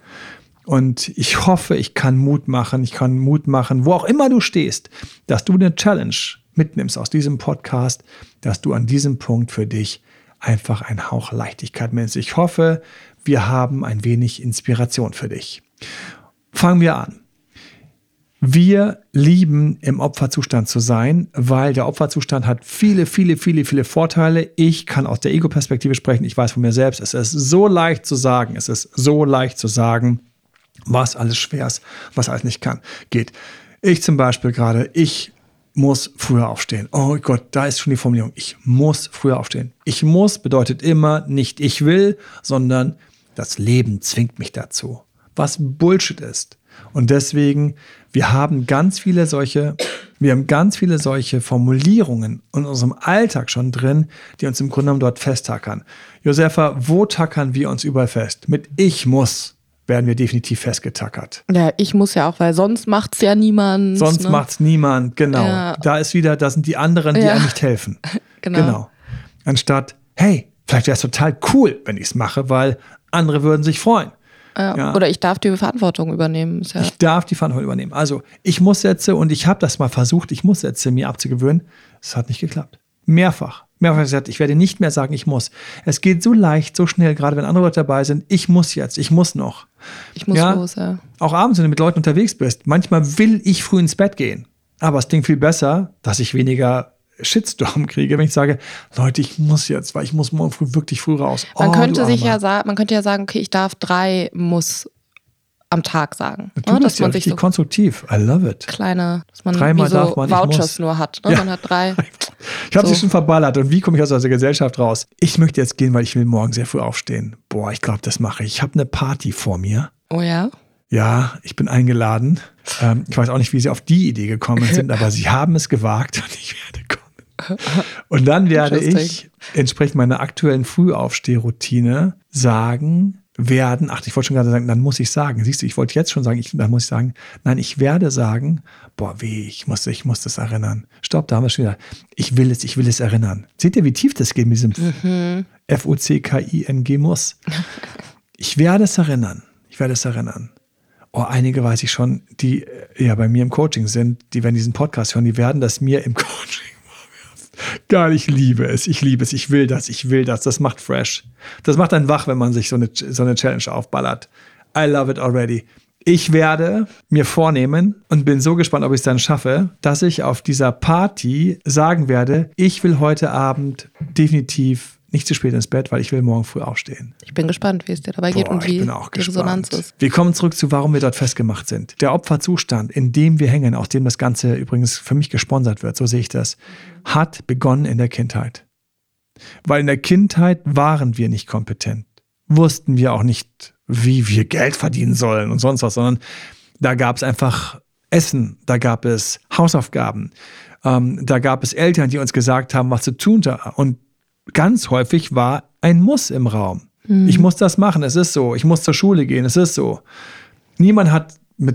Speaker 1: Und ich hoffe, ich kann Mut machen, ich kann Mut machen, wo auch immer du stehst, dass du eine Challenge mitnimmst aus diesem Podcast, dass du an diesem Punkt für dich einfach einen Hauch Leichtigkeit mitnimmst. Ich hoffe, wir haben ein wenig Inspiration für dich. Fangen wir an. Wir lieben, im Opferzustand zu sein, weil der Opferzustand hat viele, viele, viele, viele Vorteile. Ich kann aus der Ego-Perspektive sprechen. Ich weiß von mir selbst, es ist so leicht zu sagen, es ist so leicht zu sagen, was alles schwer ist, was alles nicht kann, geht. Ich zum Beispiel gerade, ich muss früher aufstehen. Oh Gott, da ist schon die Formulierung. Ich muss früher aufstehen. Ich muss bedeutet immer nicht ich will, sondern das Leben zwingt mich dazu. Was Bullshit ist. Und deswegen, wir haben ganz viele solche, wir haben ganz viele solche Formulierungen in unserem Alltag schon drin, die uns im Grunde genommen dort festtackern. Josefa, wo tackern wir uns überall fest? Mit ich muss werden wir definitiv festgetackert.
Speaker 3: Ja, ich muss ja auch, weil sonst macht's ja niemand.
Speaker 1: Sonst
Speaker 3: ne?
Speaker 1: macht's niemand, genau. Ja. Da ist wieder, da sind die anderen, die ja. einem nicht helfen.
Speaker 3: genau.
Speaker 1: genau. Anstatt, hey, vielleicht wäre es total cool, wenn ich es mache, weil andere würden sich freuen.
Speaker 3: Ja. Ja. Oder ich darf die Verantwortung übernehmen. Ja.
Speaker 1: Ich darf die Verantwortung übernehmen. Also ich muss Sätze, und ich habe das mal versucht, ich muss Sätze mir abzugewöhnen. Es hat nicht geklappt. Mehrfach. Mehrfach gesagt, ich werde nicht mehr sagen, ich muss. Es geht so leicht, so schnell, gerade wenn andere Leute dabei sind. Ich muss jetzt, ich muss noch.
Speaker 3: Ich muss ja? los, ja.
Speaker 1: Auch abends, wenn du mit Leuten unterwegs bist. Manchmal will ich früh ins Bett gehen. Aber es klingt viel besser, dass ich weniger Shitstorm kriege, wenn ich sage, Leute, ich muss jetzt, weil ich muss morgen früh wirklich früh raus.
Speaker 3: Man
Speaker 1: oh,
Speaker 3: könnte sich ja sagen, man könnte ja sagen, okay, ich darf drei muss am Tag sagen.
Speaker 1: Du ne? Dass ja man sich so konstruktiv. I love it.
Speaker 3: Kleine, dass man
Speaker 1: Dreimal
Speaker 3: wie so
Speaker 1: darf man,
Speaker 3: Vouchers nur hat. Ne?
Speaker 1: Ja.
Speaker 3: Man hat drei.
Speaker 1: Ich habe
Speaker 3: so.
Speaker 1: sie schon verballert. Und wie komme ich aus dieser Gesellschaft raus? Ich möchte jetzt gehen, weil ich will morgen sehr früh aufstehen. Boah, ich glaube, das mache ich. Ich habe eine Party vor mir.
Speaker 3: Oh ja?
Speaker 1: Ja, ich bin eingeladen. Ähm, ich weiß auch nicht, wie sie auf die Idee gekommen sind, aber sie haben es gewagt und ich werde kommen. Und dann werde ich entsprechend meiner aktuellen Frühaufstehroutine sagen, werden, ach, ich wollte schon gerade sagen, dann muss ich sagen, siehst du, ich wollte jetzt schon sagen, ich, dann muss ich sagen, nein, ich werde sagen, boah, weh, ich muss, ich muss das erinnern. Stopp, da haben wir schon wieder. Ich will es, ich will es erinnern. Seht ihr, wie tief das geht mit diesem mhm. F O C K I N G muss? Ich werde es erinnern. Ich werde es erinnern. Oh, einige weiß ich schon, die ja bei mir im Coaching sind, die werden diesen Podcast hören, die werden das mir im Coaching Geil, ich liebe es, ich liebe es, ich will das, ich will das, das macht fresh. Das macht einen wach, wenn man sich so eine, so eine Challenge aufballert. I love it already. Ich werde mir vornehmen und bin so gespannt, ob ich es dann schaffe, dass ich auf dieser Party sagen werde, ich will heute Abend definitiv nicht zu spät ins Bett, weil ich will morgen früh aufstehen.
Speaker 3: Ich bin gespannt, wie es dir dabei
Speaker 1: Boah,
Speaker 3: geht und wie die Resonanz ist.
Speaker 1: Wir kommen zurück zu, warum wir dort festgemacht sind. Der Opferzustand, in dem wir hängen, aus dem das Ganze übrigens für mich gesponsert wird, so sehe ich das, hat begonnen in der Kindheit. Weil in der Kindheit waren wir nicht kompetent. Wussten wir auch nicht, wie wir Geld verdienen sollen und sonst was, sondern da gab es einfach Essen, da gab es Hausaufgaben, ähm, da gab es Eltern, die uns gesagt haben, was zu tun da. Und ganz häufig war ein Muss im Raum. Mhm. Ich muss das machen, es ist so. Ich muss zur Schule gehen, es ist so. Niemand hat mit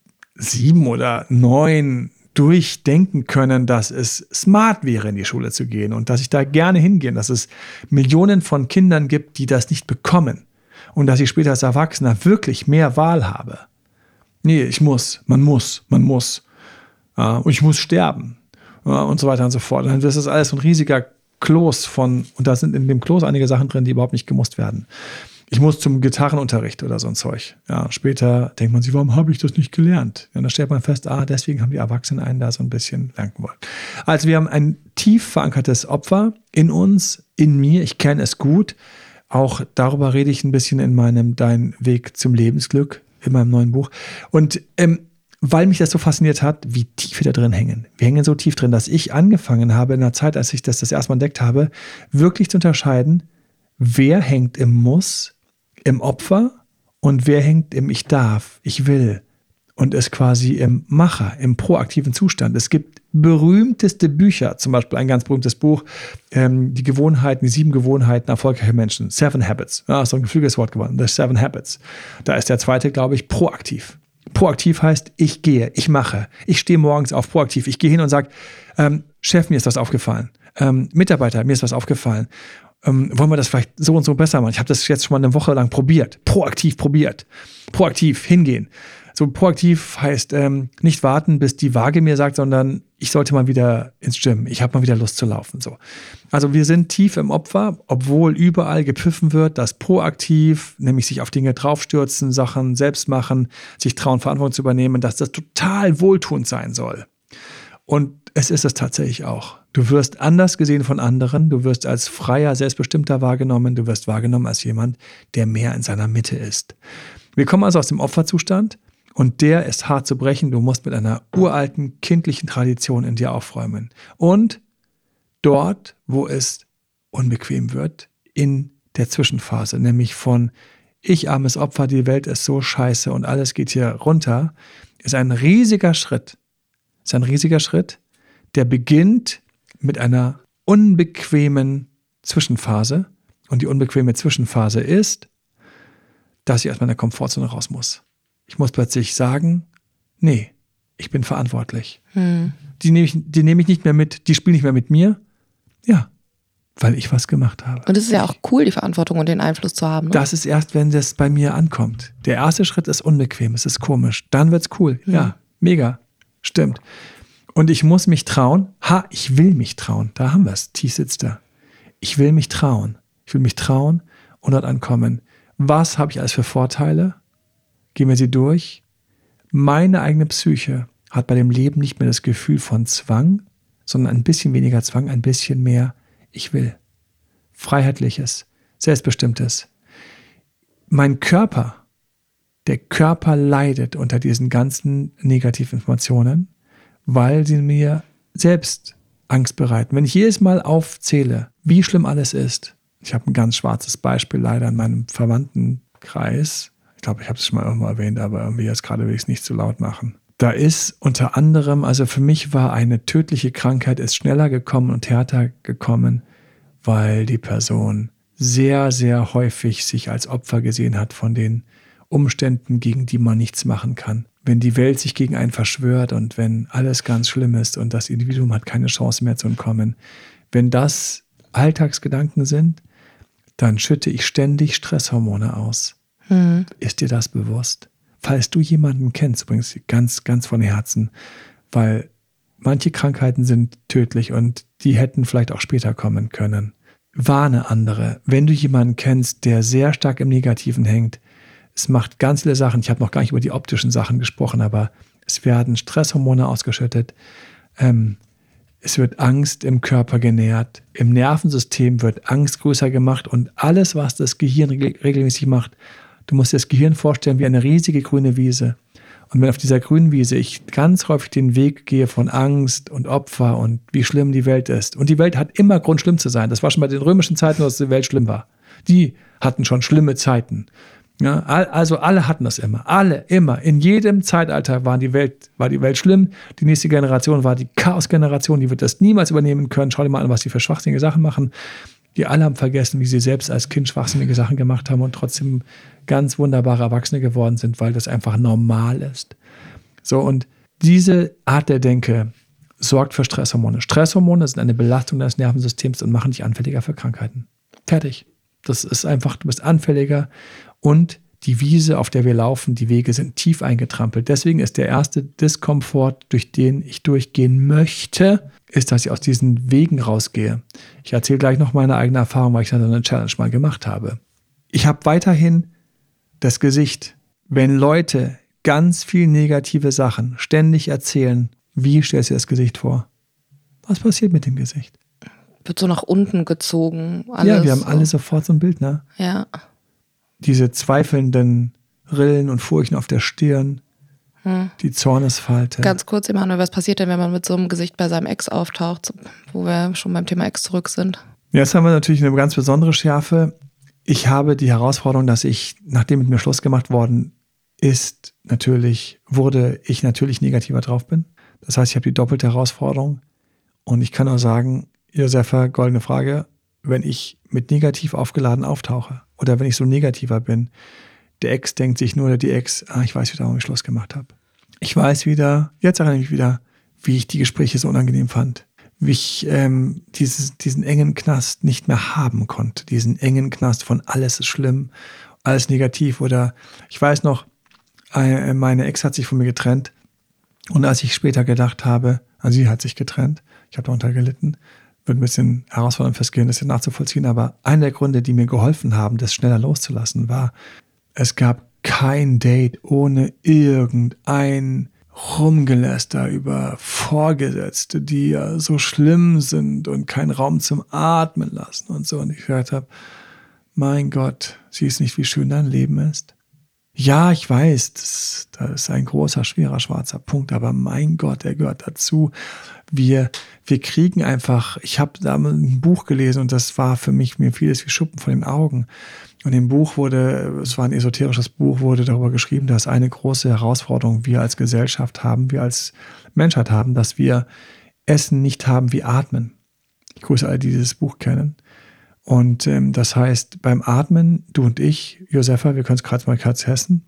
Speaker 1: sieben oder neun durchdenken können, dass es smart wäre, in die Schule zu gehen und dass ich da gerne hingehe, dass es Millionen von Kindern gibt, die das nicht bekommen und dass ich später als Erwachsener wirklich mehr Wahl habe. Nee, ich muss, man muss, man muss. Ja, und ich muss sterben. Ja, und so weiter und so fort. Und das ist alles so ein riesiger Kloß von, und da sind in dem Kloß einige Sachen drin, die überhaupt nicht gemusst werden. Ich muss zum Gitarrenunterricht oder so ein Zeug. Ja, später denkt man sich, warum habe ich das nicht gelernt? Ja, dann stellt man fest, ah, deswegen haben die Erwachsenen einen da so ein bisschen lernen wollen. Also wir haben ein tief verankertes Opfer in uns, in mir. Ich kenne es gut. Auch darüber rede ich ein bisschen in meinem Dein Weg zum Lebensglück, in meinem neuen Buch. Und ähm, weil mich das so fasziniert hat, wie tief wir da drin hängen. Wir hängen so tief drin, dass ich angefangen habe, in der Zeit, als ich das das erste Mal entdeckt habe, wirklich zu unterscheiden, wer hängt im Muss, im Opfer und wer hängt im Ich darf, ich will und ist quasi im Macher, im proaktiven Zustand. Es gibt berühmteste Bücher, zum Beispiel ein ganz berühmtes Buch, ähm, die Gewohnheiten, die sieben Gewohnheiten erfolgreicher Menschen, Seven Habits. Ja, ist so ein geflügeltes Wort geworden, The Seven Habits. Da ist der zweite, glaube ich, proaktiv. Proaktiv heißt, ich gehe, ich mache. Ich stehe morgens auf, proaktiv. Ich gehe hin und sage, ähm, Chef, mir ist was aufgefallen. Ähm, Mitarbeiter, mir ist was aufgefallen. Ähm, wollen wir das vielleicht so und so besser machen? Ich habe das jetzt schon mal eine Woche lang probiert. Proaktiv probiert. Proaktiv hingehen. So proaktiv heißt ähm, nicht warten, bis die Waage mir sagt, sondern ich sollte mal wieder ins Gym. Ich habe mal wieder Lust zu laufen. So. Also wir sind tief im Opfer, obwohl überall gepfiffen wird, dass proaktiv, nämlich sich auf Dinge draufstürzen, Sachen selbst machen, sich trauen, Verantwortung zu übernehmen, dass das total wohltuend sein soll. Und es ist es tatsächlich auch. Du wirst anders gesehen von anderen, du wirst als freier, selbstbestimmter wahrgenommen, du wirst wahrgenommen als jemand, der mehr in seiner Mitte ist. Wir kommen also aus dem Opferzustand. Und der ist hart zu brechen. Du musst mit einer uralten, kindlichen Tradition in dir aufräumen. Und dort, wo es unbequem wird, in der Zwischenphase, nämlich von ich armes Opfer, die Welt ist so scheiße und alles geht hier runter, ist ein riesiger Schritt. Ist ein riesiger Schritt, der beginnt mit einer unbequemen Zwischenphase. Und die unbequeme Zwischenphase ist, dass ich aus meiner Komfortzone raus muss. Ich muss plötzlich sagen, nee, ich bin verantwortlich. Hm. Die nehme ich, die nehme ich nicht mehr mit, die spielen nicht mehr mit mir. Ja, weil ich was gemacht habe.
Speaker 3: Und es ist ja auch cool, die Verantwortung und den Einfluss zu haben. Ne?
Speaker 1: Das ist erst, wenn das bei mir ankommt. Der erste Schritt ist unbequem, es ist komisch. Dann wird's cool. Hm. Ja, mega, stimmt. Und ich muss mich trauen. Ha, ich will mich trauen. Da haben wir es. T sitzt da. Ich will mich trauen. Ich will mich trauen und dort ankommen. Was habe ich alles für Vorteile? Gehen wir sie durch. Meine eigene Psyche hat bei dem Leben nicht mehr das Gefühl von Zwang, sondern ein bisschen weniger Zwang, ein bisschen mehr ich will. Freiheitliches, Selbstbestimmtes. Mein Körper, der Körper leidet unter diesen ganzen negativen Informationen, weil sie mir selbst Angst bereiten. Wenn ich jedes Mal aufzähle, wie schlimm alles ist, ich habe ein ganz schwarzes Beispiel leider in meinem Verwandtenkreis. Ich glaube, ich habe es schon mal irgendwo erwähnt, aber irgendwie jetzt gerade will ich es nicht zu laut machen. Da ist unter anderem, also für mich war eine tödliche Krankheit, ist schneller gekommen und härter gekommen, weil die Person sehr, sehr häufig sich als Opfer gesehen hat von den Umständen, gegen die man nichts machen kann. Wenn die Welt sich gegen einen verschwört und wenn alles ganz schlimm ist und das Individuum hat keine Chance mehr zu entkommen, wenn das Alltagsgedanken sind, dann schütte ich ständig Stresshormone aus. Hm. Ist dir das bewusst? Falls du jemanden kennst, übrigens ganz, ganz von Herzen, weil manche Krankheiten sind tödlich und die hätten vielleicht auch später kommen können. Warne andere, wenn du jemanden kennst, der sehr stark im Negativen hängt. Es macht ganz viele Sachen, ich habe noch gar nicht über die optischen Sachen gesprochen, aber es werden Stresshormone ausgeschüttet. Ähm, Es wird Angst im Körper genährt. Im Nervensystem wird Angst größer gemacht und alles, was das Gehirn regelmäßig macht, du musst dir das Gehirn vorstellen wie eine riesige grüne Wiese. Und wenn auf dieser grünen Wiese ich ganz häufig den Weg gehe von Angst und Opfer und wie schlimm die Welt ist. Und die Welt hat immer Grund, schlimm zu sein. Das war schon bei den römischen Zeiten, dass die Welt schlimm war. Die hatten schon schlimme Zeiten. Ja, also alle hatten das immer. Alle, immer. In jedem Zeitalter war die Welt, war die Welt schlimm. Die nächste Generation war die Chaos-Generation. Die wird das niemals übernehmen können. Schau dir mal an, was die für schwachsinnige Sachen machen. Die alle haben vergessen, wie sie selbst als Kind schwachsinnige Sachen gemacht haben und trotzdem ganz wunderbare Erwachsene geworden sind, weil das einfach normal ist. So, und diese Art der Denke sorgt für Stresshormone. Stresshormone sind eine Belastung des Nervensystems und machen dich anfälliger für Krankheiten. Fertig. Das ist einfach, du bist anfälliger und die Wiese, auf der wir laufen, die Wege sind tief eingetrampelt. Deswegen ist der erste Diskomfort, durch den ich durchgehen möchte, ist, dass ich aus diesen Wegen rausgehe. Ich erzähle gleich noch meine eigene Erfahrung, weil ich dann so eine Challenge mal gemacht habe. Ich habe weiterhin das Gesicht. Wenn Leute ganz viel negative Sachen ständig erzählen, wie stellst du dir das Gesicht vor? Was passiert mit dem Gesicht?
Speaker 3: Wird so nach unten gezogen. Alles
Speaker 1: ja, wir haben
Speaker 3: so.
Speaker 1: alle sofort so ein Bild, ne?
Speaker 3: Ja.
Speaker 1: Diese zweifelnden Rillen und Furchen auf der Stirn, hm. die Zornesfalte.
Speaker 3: Ganz kurz, Emanuel, was passiert denn, wenn man mit so einem Gesicht bei seinem Ex auftaucht, wo wir schon beim Thema Ex zurück sind?
Speaker 1: Jetzt haben wir natürlich eine ganz besondere Schärfe. Ich habe die Herausforderung, dass ich, nachdem mit mir Schluss gemacht worden ist, natürlich, wurde ich natürlich negativer drauf bin. Das heißt, ich habe die doppelte Herausforderung. Und ich kann auch sagen, Josefa, goldene Frage, wenn ich mit negativ aufgeladen auftauche oder wenn ich so negativer bin, der Ex denkt sich nur, oder die Ex, ah, ich weiß wieder, warum ich Schluss gemacht habe. Ich weiß wieder, jetzt erinnere ich mich wieder, wie ich die Gespräche so unangenehm fand. Wie ich ähm, dieses, diesen engen Knast nicht mehr haben konnte. Diesen engen Knast von alles ist schlimm, alles negativ. Oder ich weiß noch, äh, meine Ex hat sich von mir getrennt. Und als ich später gedacht habe, also sie hat sich getrennt, ich habe darunter gelitten, wird ein bisschen herausfordernd fürs Gehirn, das hier nachzuvollziehen. Aber einer der Gründe, die mir geholfen haben, das schneller loszulassen, war, es gab kein Date ohne irgendein Rumgeläster über Vorgesetzte, die ja so schlimm sind und keinen Raum zum Atmen lassen und so. Und ich gehört habe, mein Gott, siehst nicht, wie schön dein Leben ist? Ja, ich weiß, das, das ist ein großer, schwerer, schwarzer Punkt, aber mein Gott, der gehört dazu. Wir, wir kriegen einfach, ich habe da ein Buch gelesen und das war für mich, mir vieles wie Schuppen von den Augen. Und im Buch wurde, es war ein esoterisches Buch, wurde darüber geschrieben, dass eine große Herausforderung wir als Gesellschaft haben, wir als Menschheit haben, dass wir Essen nicht haben wie Atmen. Ich grüße alle, die dieses Buch kennen. Und ähm, das heißt, beim Atmen, du und ich, Josefa, wir können es gerade mal kurz hessen.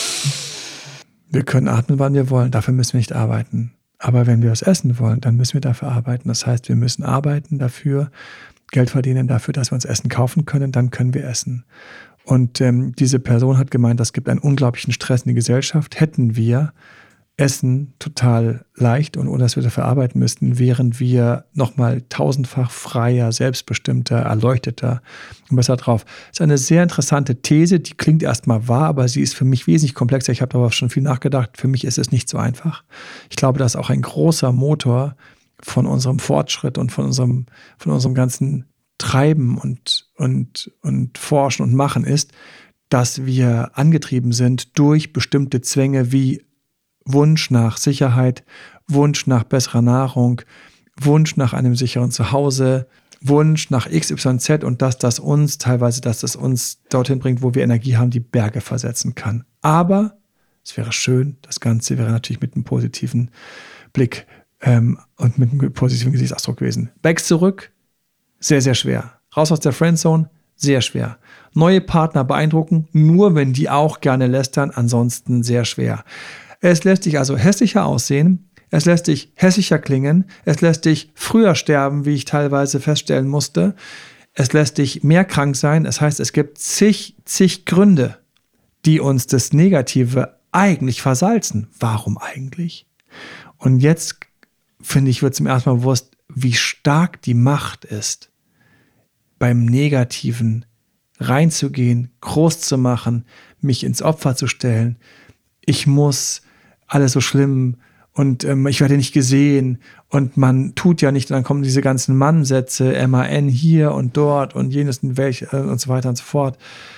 Speaker 1: Wir können atmen, wann wir wollen, dafür müssen wir nicht arbeiten. Aber wenn wir was essen wollen, dann müssen wir dafür arbeiten. Das heißt, wir müssen arbeiten dafür, Geld verdienen dafür, dass wir uns Essen kaufen können, dann können wir essen. Und ähm, diese Person hat gemeint, das gibt einen unglaublichen Stress in die Gesellschaft. Hätten wir Essen total leicht und ohne dass wir dafür arbeiten müssten, wären wir nochmal tausendfach freier, selbstbestimmter, erleuchteter und besser drauf. Das ist eine sehr interessante These, die klingt erstmal wahr, aber sie ist für mich wesentlich komplexer. Ich habe darüber schon viel nachgedacht. Für mich ist es nicht so einfach. Ich glaube, dass auch ein großer Motor von unserem Fortschritt und von unserem, von unserem ganzen Treiben und, und, und Forschen und Machen ist, dass wir angetrieben sind durch bestimmte Zwänge wie Wunsch nach Sicherheit, Wunsch nach besserer Nahrung, Wunsch nach einem sicheren Zuhause, Wunsch nach X Y Z und dass das uns teilweise, dass das uns dorthin bringt, wo wir Energie haben, die Berge versetzen kann. Aber es wäre schön, das Ganze wäre natürlich mit einem positiven Blick ähm, und mit einem positiven Gesichtsausdruck gewesen. Back zurück, sehr, sehr schwer. Raus aus der Friendzone, sehr schwer. Neue Partner beeindrucken, nur wenn die auch gerne lästern, ansonsten sehr schwer. Es lässt dich also hässlicher aussehen, es lässt dich hässlicher klingen, es lässt dich früher sterben, wie ich teilweise feststellen musste, es lässt dich mehr krank sein, das heißt, es gibt zig, zig Gründe, die uns das Negative eigentlich versalzen. Warum eigentlich? Und jetzt, finde ich, wird zum ersten Mal bewusst, wie stark die Macht ist, beim Negativen reinzugehen, groß zu machen, mich ins Opfer zu stellen. Ich muss alles so schlimm und ähm, ich werde nicht gesehen und man tut ja nicht, und dann kommen diese ganzen Mann-Sätze, M A N hier und dort und jenes und welch äh, und so weiter und so fort.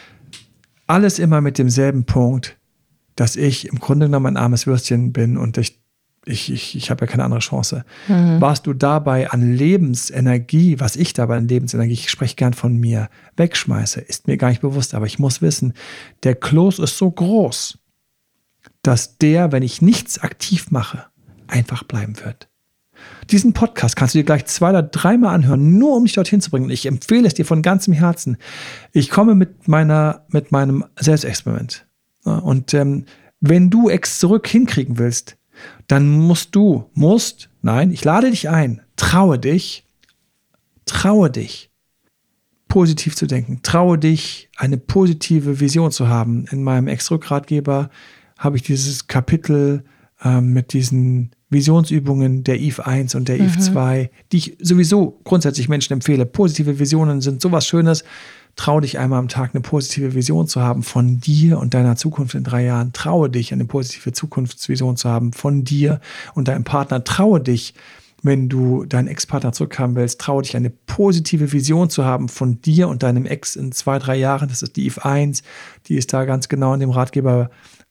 Speaker 1: Alles immer mit demselben Punkt, dass ich im Grunde genommen ein armes Würstchen bin und ich Ich, ich, ich habe ja keine andere Chance. Mhm. Warst du dabei an Lebensenergie, was ich dabei an Lebensenergie, ich spreche gern von mir, wegschmeiße, ist mir gar nicht bewusst, aber ich muss wissen, der Kloß ist so groß, dass der, wenn ich nichts aktiv mache, einfach bleiben wird. Diesen Podcast kannst du dir gleich zwei oder dreimal anhören, nur um dich dorthin zu bringen. Ich empfehle es dir von ganzem Herzen. Ich komme mit meiner, mit meinem Selbstexperiment. Und ähm, wenn du es zurück hinkriegen willst, dann musst du, musst, nein, ich lade dich ein, traue dich, traue dich, positiv zu denken, traue dich, eine positive Vision zu haben. In meinem Ex-Rückgratgeber habe ich dieses Kapitel äh, mit diesen Visionsübungen der I F eins und der mhm. I F zwei, die ich sowieso grundsätzlich Menschen empfehle. Positive Visionen sind sowas Schönes. Trau dich einmal am Tag eine positive Vision zu haben von dir und deiner Zukunft in drei Jahren. Traue dich, eine positive Zukunftsvision zu haben von dir und deinem Partner. Traue dich, wenn du deinen Ex-Partner zurückhaben willst, traue dich, eine positive Vision zu haben von dir und deinem Ex in zwei, drei Jahren. Das ist die I F eins, die ist da ganz genau in dem Ratgeber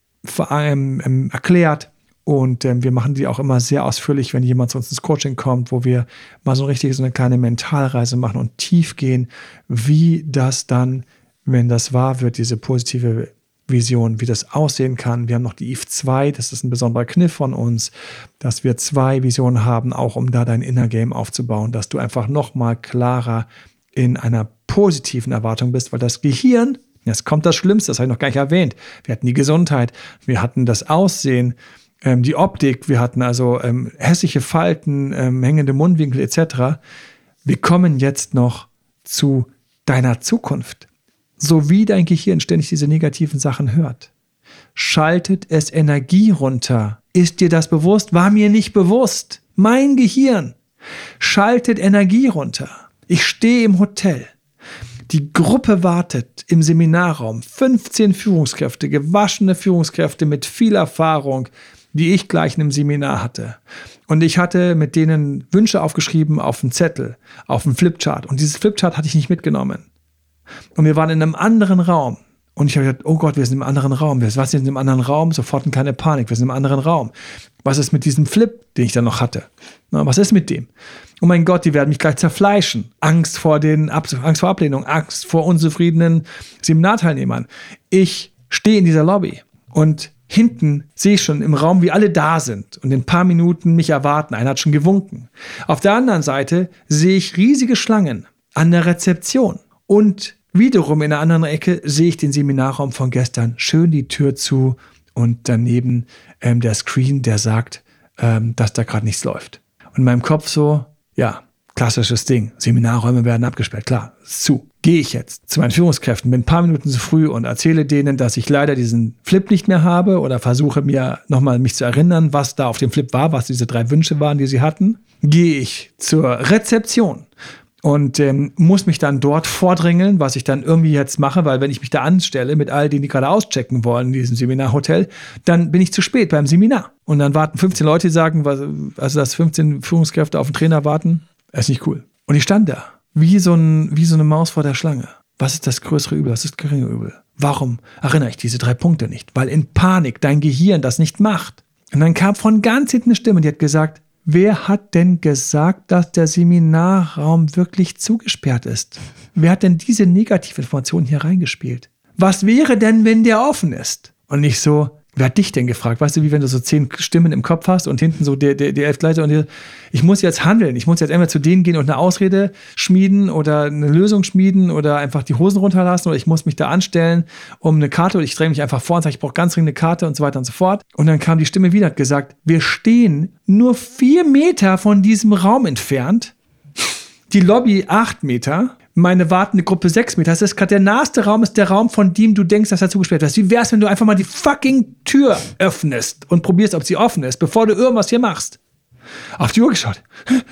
Speaker 1: ähm, ähm, erklärt. Und ähm, wir machen die auch immer sehr ausführlich, wenn jemand zu uns ins Coaching kommt, wo wir mal so richtig so eine kleine Mentalreise machen und tief gehen, wie das dann, wenn das wahr wird, diese positive Vision, wie das aussehen kann. Wir haben noch die I F zwei, das ist ein besonderer Kniff von uns, dass wir zwei Visionen haben, auch um da dein Inner Game aufzubauen, dass du einfach noch mal klarer in einer positiven Erwartung bist, weil das Gehirn, jetzt kommt das Schlimmste, das habe ich noch gar nicht erwähnt, wir hatten die Gesundheit, wir hatten das Aussehen, die Optik, wir hatten also ähm, hässliche Falten, ähm, hängende Mundwinkel et cetera. Wir kommen jetzt noch zu deiner Zukunft. So wie dein Gehirn ständig diese negativen Sachen hört, schaltet es Energie runter. Ist dir das bewusst? War mir nicht bewusst. Mein Gehirn schaltet Energie runter. Ich stehe im Hotel. Die Gruppe wartet im Seminarraum. fünfzehn Führungskräfte, gewaschene Führungskräfte mit viel Erfahrung, die ich gleich in einem Seminar hatte. Und ich hatte mit denen Wünsche aufgeschrieben auf einen Zettel, auf einen Flipchart. Und dieses Flipchart hatte ich nicht mitgenommen. Und wir waren in einem anderen Raum. Und ich habe gedacht, oh Gott, wir sind im anderen Raum. Was ist in einem anderen Raum? Sofort keine Panik, wir sind im anderen Raum. Was ist mit diesem Flip, den ich dann noch hatte? Na, was ist mit dem? Oh mein Gott, die werden mich gleich zerfleischen. Angst vor, den, Angst vor Ablehnung, Angst vor unzufriedenen Seminarteilnehmern. Ich stehe in dieser Lobby und hinten sehe ich schon im Raum, wie alle da sind und in ein paar Minuten mich erwarten. Einer hat schon gewunken. Auf der anderen Seite sehe ich riesige Schlangen an der Rezeption. Und wiederum in der anderen Ecke sehe ich den Seminarraum von gestern. Schön die Tür zu und daneben ähm, der Screen, der sagt, ähm, dass da gerade nichts läuft. Und in meinem Kopf so, ja, klassisches Ding. Seminarräume werden abgesperrt. Klar, ist zu. Gehe ich jetzt zu meinen Führungskräften, bin ein paar Minuten zu früh und erzähle denen, dass ich leider diesen Flip nicht mehr habe oder versuche mir nochmal mich zu erinnern, was da auf dem Flip war, was diese drei Wünsche waren, die sie hatten. Gehe ich zur Rezeption und ähm, muss mich dann dort vordrängeln, was ich dann irgendwie jetzt mache, weil wenn ich mich da anstelle mit all denen, die gerade auschecken wollen in diesem Seminarhotel, dann bin ich zu spät beim Seminar. Und dann warten fünfzehn Leute, die sagen, also dass fünfzehn Führungskräfte auf den Trainer warten, ist nicht cool. Und ich stand da, wie so, ein, wie so eine Maus vor der Schlange. Was ist das größere Übel? Was ist das geringe Übel? Warum erinnere ich diese drei Punkte nicht? Weil in Panik dein Gehirn das nicht macht. Und dann kam von ganz hinten eine Stimme, die hat gesagt, wer hat denn gesagt, dass der Seminarraum wirklich zugesperrt ist? Wer hat denn diese Negativinformation hier reingespielt? Was wäre denn, wenn der offen ist? Und nicht so, wer hat dich denn gefragt? Weißt du, wie wenn du so zehn Stimmen im Kopf hast und hinten so der, der, der elf Leute und die, ich muss jetzt handeln. Ich muss jetzt entweder zu denen gehen und eine Ausrede schmieden oder eine Lösung schmieden oder einfach die Hosen runterlassen oder ich muss mich da anstellen um eine Karte oder ich drehe mich einfach vor und sage, ich brauche ganz dringend eine Karte und so weiter und so fort. Und dann kam die Stimme wieder, hat gesagt, wir stehen nur vier Meter von diesem Raum entfernt. Die Lobby acht Meter. Meine wartende Gruppe sechs Meter. Das ist gerade der naheste Raum, ist der Raum, von dem du denkst, dass er zugesperrt ist. Wie wär's, wenn du einfach mal die fucking Tür öffnest und probierst, ob sie offen ist, bevor du irgendwas hier machst? Auf die Uhr geschaut.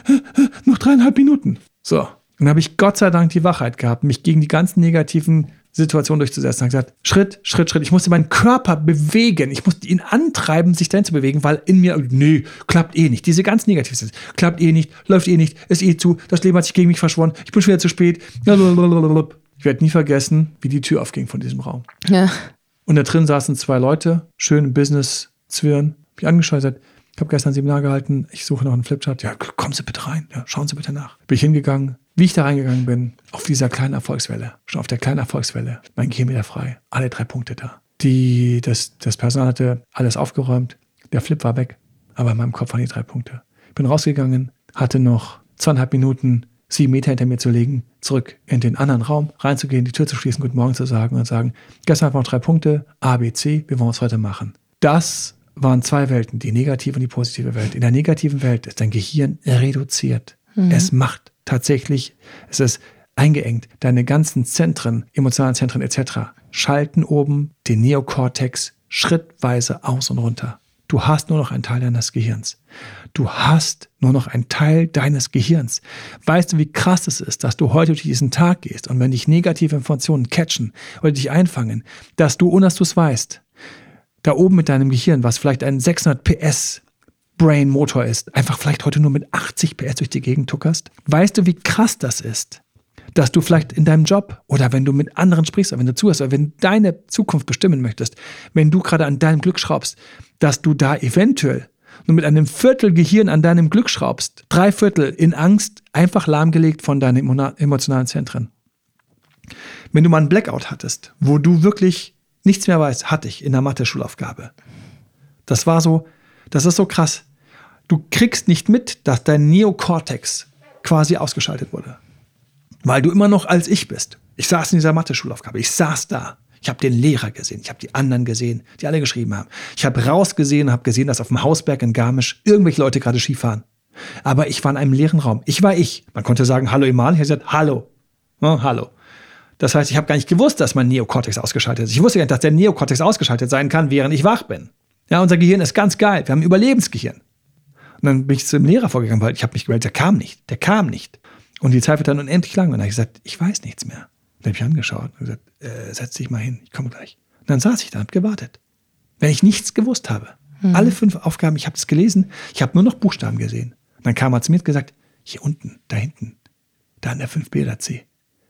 Speaker 1: Noch dreieinhalb Minuten. So. Dann habe ich Gott sei Dank die Wachheit gehabt, mich gegen die ganzen negativen Situation durchzusetzen. Er hat gesagt, Schritt, Schritt, Schritt. Ich musste meinen Körper bewegen. Ich musste ihn antreiben, sich dahin zu bewegen, weil in mir, nee, klappt eh nicht. Diese ganz negativ sind. Klappt eh nicht, läuft eh nicht, ist eh zu, das Leben hat sich gegen mich verschworen, ich bin schon wieder zu spät. Ich werde nie vergessen, wie die Tür aufging von diesem Raum.
Speaker 3: Ja.
Speaker 1: Und da drin saßen zwei Leute, schön im Business-Zwirn, mich angeschaut, gesagt, ich habe gestern ein Seminar gehalten, ich suche noch einen Flipchart. Ja, kommen Sie bitte rein, ja, schauen Sie bitte nach. Bin ich hingegangen, wie ich da reingegangen bin, auf dieser kleinen Erfolgswelle, schon auf der kleinen Erfolgswelle, mein Gehirn wieder frei, alle drei Punkte da. Die, das, das Personal hatte alles aufgeräumt, der Flip war weg, aber in meinem Kopf waren die drei Punkte. Ich bin rausgegangen, hatte noch zweieinhalb Minuten, sieben Meter hinter mir zu legen, zurück in den anderen Raum, reinzugehen, die Tür zu schließen, guten Morgen zu sagen und sagen, gestern hatten wir noch drei Punkte, A, B, C, wir wollen es heute machen. Das waren zwei Welten, die negative und die positive Welt. In der negativen Welt ist dein Gehirn reduziert. Mhm. Es macht tatsächlich, es ist eingeengt. Deine ganzen Zentren, emotionalen Zentren et cetera schalten oben den Neokortex schrittweise aus und runter. Du hast nur noch einen Teil deines Gehirns. Du hast nur noch einen Teil deines Gehirns. Weißt du, wie krass es ist, dass du heute durch diesen Tag gehst und wenn dich negative Informationen catchen oder dich einfangen, dass du, ohne dass du es weißt, da oben mit deinem Gehirn, was vielleicht ein sechshundert P S Brain-Motor ist, einfach vielleicht heute nur mit achtzig P S durch die Gegend tuckerst. Weißt du, wie krass das ist? Dass du vielleicht in deinem Job oder wenn du mit anderen sprichst oder wenn du zuhörst oder wenn du deine Zukunft bestimmen möchtest, wenn du gerade an deinem Glück schraubst, dass du da eventuell nur mit einem Viertel Gehirn an deinem Glück schraubst, drei Viertel in Angst, einfach lahmgelegt von deinen emotionalen Zentren. Wenn du mal einen Blackout hattest, wo du wirklich nichts mehr weißt, hatte ich in der Mathe-Schulaufgabe. Das war so, das ist so krass. Du kriegst nicht mit, dass dein Neokortex quasi ausgeschaltet wurde. Weil du immer noch als ich bist. Ich saß in dieser Mathe-Schulaufgabe. Ich saß da. Ich habe den Lehrer gesehen. Ich habe die anderen gesehen, die alle geschrieben haben. Ich habe rausgesehen und habe gesehen, dass auf dem Hausberg in Garmisch irgendwelche Leute gerade Ski fahren. Aber ich war in einem leeren Raum. Ich war ich. Man konnte sagen, hallo Iman. Ich habe gesagt, hallo. Ja, hallo. Das heißt, ich habe gar nicht gewusst, dass mein Neokortex ausgeschaltet ist. Ich wusste gar nicht, dass der Neokortex ausgeschaltet sein kann, während ich wach bin. Ja, unser Gehirn ist ganz geil. Wir haben ein Überlebensgehirn. Und dann bin ich zum Lehrer vorgegangen, weil ich habe mich gemeldet, der kam nicht. Der kam nicht. Und die Zeit wird dann unendlich lang. Und dann habe ich gesagt, ich weiß nichts mehr. Dann habe ich angeschaut und gesagt, äh, setz dich mal hin, ich komme gleich. Und dann saß ich da und habe gewartet. Wenn ich nichts gewusst habe. Mhm. Alle fünf Aufgaben, ich habe es gelesen, ich habe nur noch Buchstaben gesehen. Und dann kam er zu mir und gesagt, hier unten, da hinten, da in der fünf B oder C,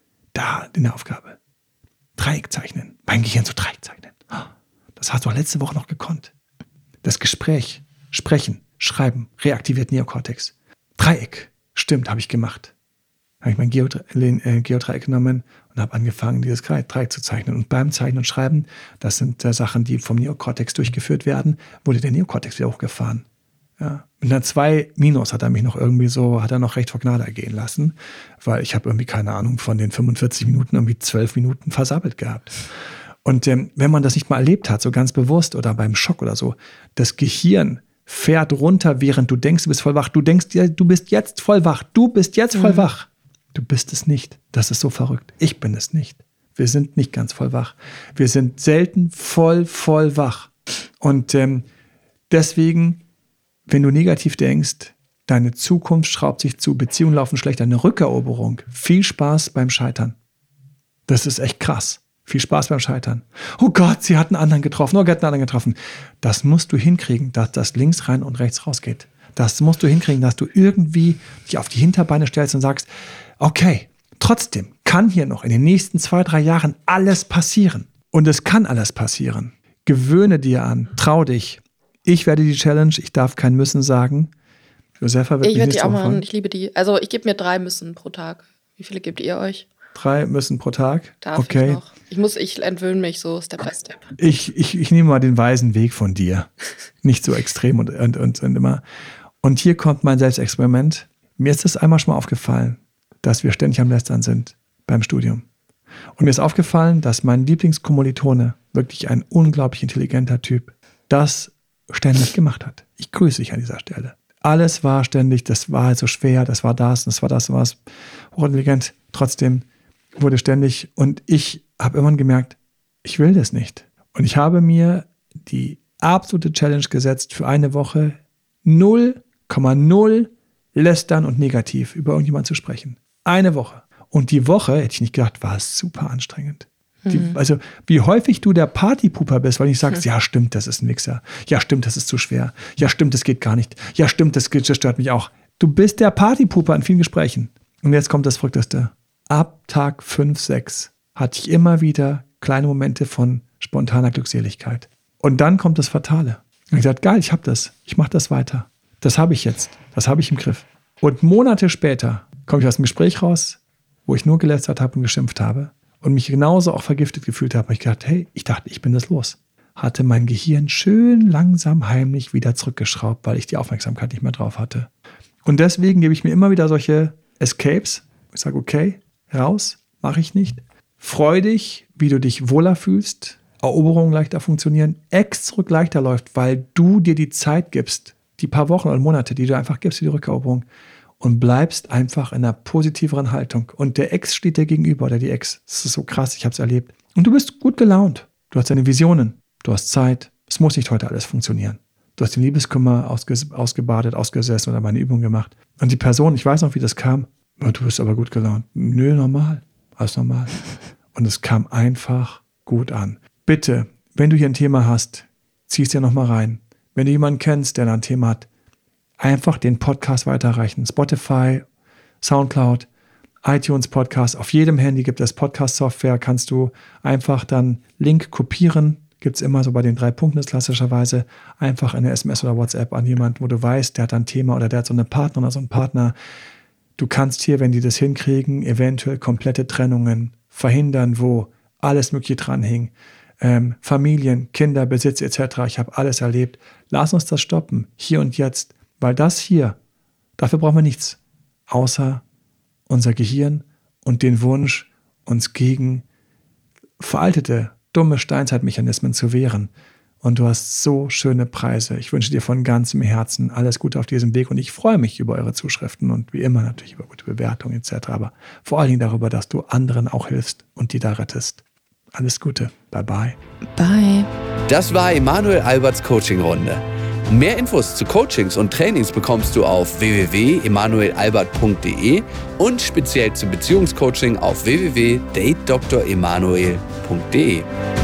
Speaker 1: da in der Aufgabe. Dreieck zeichnen. Mein Gehirn so Dreieck zeichnen. Das hast du auch letzte Woche noch gekonnt. Das Gespräch, Sprechen, Schreiben, reaktiviert Neokortex. Dreieck, stimmt, habe ich gemacht. Habe ich mein Geodreieck genommen und habe angefangen, dieses Dreieck zu zeichnen. Und beim Zeichnen und Schreiben, das sind äh, Sachen, die vom Neokortex durchgeführt werden, wurde der Neokortex wieder hochgefahren. Ja. Mit einer zwei minus hat er mich noch irgendwie so, hat er noch recht vor Gnade gehen lassen, weil ich habe irgendwie, keine Ahnung, von den fünfundvierzig Minuten irgendwie zwölf Minuten versabbelt gehabt. Und ähm, wenn man das nicht mal erlebt hat, so ganz bewusst oder beim Schock oder so, das Gehirn fährt runter, während du denkst, du bist voll wach. Du denkst, ja, du bist jetzt voll wach. Du bist jetzt voll mhm. wach. Du bist es nicht. Das ist so verrückt. Ich bin es nicht. Wir sind nicht ganz voll wach. Wir sind selten voll, voll wach. Und ähm, deswegen, wenn du negativ denkst, deine Zukunft schraubt sich zu, Beziehungen laufen schlecht, eine Rückeroberung. Viel Spaß beim Scheitern. Das ist echt krass. Viel Spaß beim Scheitern. Oh Gott, sie hat einen anderen getroffen. Oh Gott, einen anderen getroffen. Das musst du hinkriegen, dass das links rein und rechts rausgeht. Das musst du hinkriegen, dass du irgendwie dich auf die Hinterbeine stellst und sagst, okay, trotzdem kann hier noch in den nächsten zwei, drei Jahren alles passieren. Und es kann alles passieren. Gewöhne dir an, trau dich. Ich werde die Challenge, ich darf kein Müssen sagen. Josefa wird
Speaker 3: ich werde die auch machen, ich liebe die. Also ich gebe mir drei Müssen pro Tag. Wie viele gebt ihr euch?
Speaker 1: Drei Müssen pro Tag?
Speaker 3: Darf
Speaker 1: okay.
Speaker 3: ich noch. Ich muss, ich entwöhne mich so Step by Step.
Speaker 1: Ich, ich, ich nehme mal den weisen Weg von dir. Nicht so extrem und, und, und, und immer. Und hier kommt mein Selbstexperiment. Mir ist das einmal schon mal aufgefallen, dass wir ständig am Lästern sind beim Studium. Und mir ist aufgefallen, dass mein Lieblingskommilitone, wirklich ein unglaublich intelligenter Typ, das ständig gemacht hat. Ich grüße dich an dieser Stelle. Alles war ständig, das war halt so schwer, das war das, das war das, das war das. Hochintelligent, trotzdem wurde ständig. Und ich habe irgendwann gemerkt, ich will das nicht. Und ich habe mir die absolute Challenge gesetzt für eine Woche, null Komma null lästern und negativ über irgendjemanden zu sprechen. Eine Woche. Und die Woche, hätte ich nicht gedacht, war super anstrengend. Die,
Speaker 3: Mhm.
Speaker 1: also wie häufig du der Partypuper bist, weil ich sagst, ja stimmt, das ist ein Wichser. Ja stimmt, das ist zu schwer. Ja stimmt, das geht gar nicht. Ja stimmt, das, das stört mich auch. Du bist der Partypuper in vielen Gesprächen. Und jetzt kommt das Verrückteste. Ab Tag fünf, sechs hatte ich immer wieder kleine Momente von spontaner Glückseligkeit. Und dann kommt das Fatale. Und ich dachte, geil, ich habe das. Ich mache das weiter. Das habe ich jetzt. Das habe ich im Griff. Und Monate später komme ich aus dem Gespräch raus, wo ich nur gelästert habe und geschimpft habe und mich genauso auch vergiftet gefühlt habe. Und ich gedacht, hey, ich dachte, ich bin das los. Hatte mein Gehirn schön langsam heimlich wieder zurückgeschraubt, weil ich die Aufmerksamkeit nicht mehr drauf hatte. Und deswegen gebe ich mir immer wieder solche Escapes. Ich sage, okay, raus, mache ich nicht. Freu dich, wie du dich wohler fühlst, Eroberungen leichter funktionieren, Ex zurück leichter läuft, weil du dir die Zeit gibst, die paar Wochen oder Monate, die du einfach gibst für die Rückeroberung und bleibst einfach in einer positiveren Haltung. Und der Ex steht dir gegenüber oder die Ex. Das ist so krass, ich habe es erlebt. Und du bist gut gelaunt. Du hast deine Visionen. Du hast Zeit. Es muss nicht heute alles funktionieren. Du hast den Liebeskummer ausge- ausgebadet, ausgesessen oder meine Übung gemacht. Und die Person, ich weiß noch, wie das kam. Du bist aber gut gelaunt. Nö, normal. Alles normal. Und es kam einfach gut an. Bitte, wenn du hier ein Thema hast, zieh es dir nochmal rein. Wenn du jemanden kennst, der da ein Thema hat, einfach den Podcast weiterreichen. Spotify, Soundcloud, iTunes Podcast. Auf jedem Handy gibt es Podcast-Software. Kannst du einfach dann Link kopieren. Gibt es immer so bei den drei Punkten ist klassischerweise. Einfach eine S M S oder WhatsApp an jemanden, wo du weißt, der hat ein Thema oder der hat so eine Partnerin oder so einen Partner. Du kannst hier, wenn die das hinkriegen, eventuell komplette Trennungen verhindern, wo alles Mögliche dranhing. Ähm, Familien, Kinder, Besitz et cetera. Ich habe alles erlebt. Lass uns das stoppen, hier und jetzt. Weil das hier, dafür brauchen wir nichts, außer unser Gehirn und den Wunsch, uns gegen veraltete, dumme Steinzeitmechanismen zu wehren. Und du hast so schöne Preise. Ich wünsche dir von ganzem Herzen alles Gute auf diesem Weg und ich freue mich über eure Zuschriften und wie immer natürlich über gute Bewertungen et cetera. Aber vor allen Dingen darüber, dass du anderen auch hilfst und die da rettest. Alles Gute. Bye bye.
Speaker 3: Bye.
Speaker 2: Das war Emanuel Alberts Coaching-Runde. Mehr Infos zu Coachings und Trainings bekommst du auf w w w punkt emanuel albert punkt d e und speziell zum Beziehungscoaching auf w w w punkt date dr emanuel punkt d e.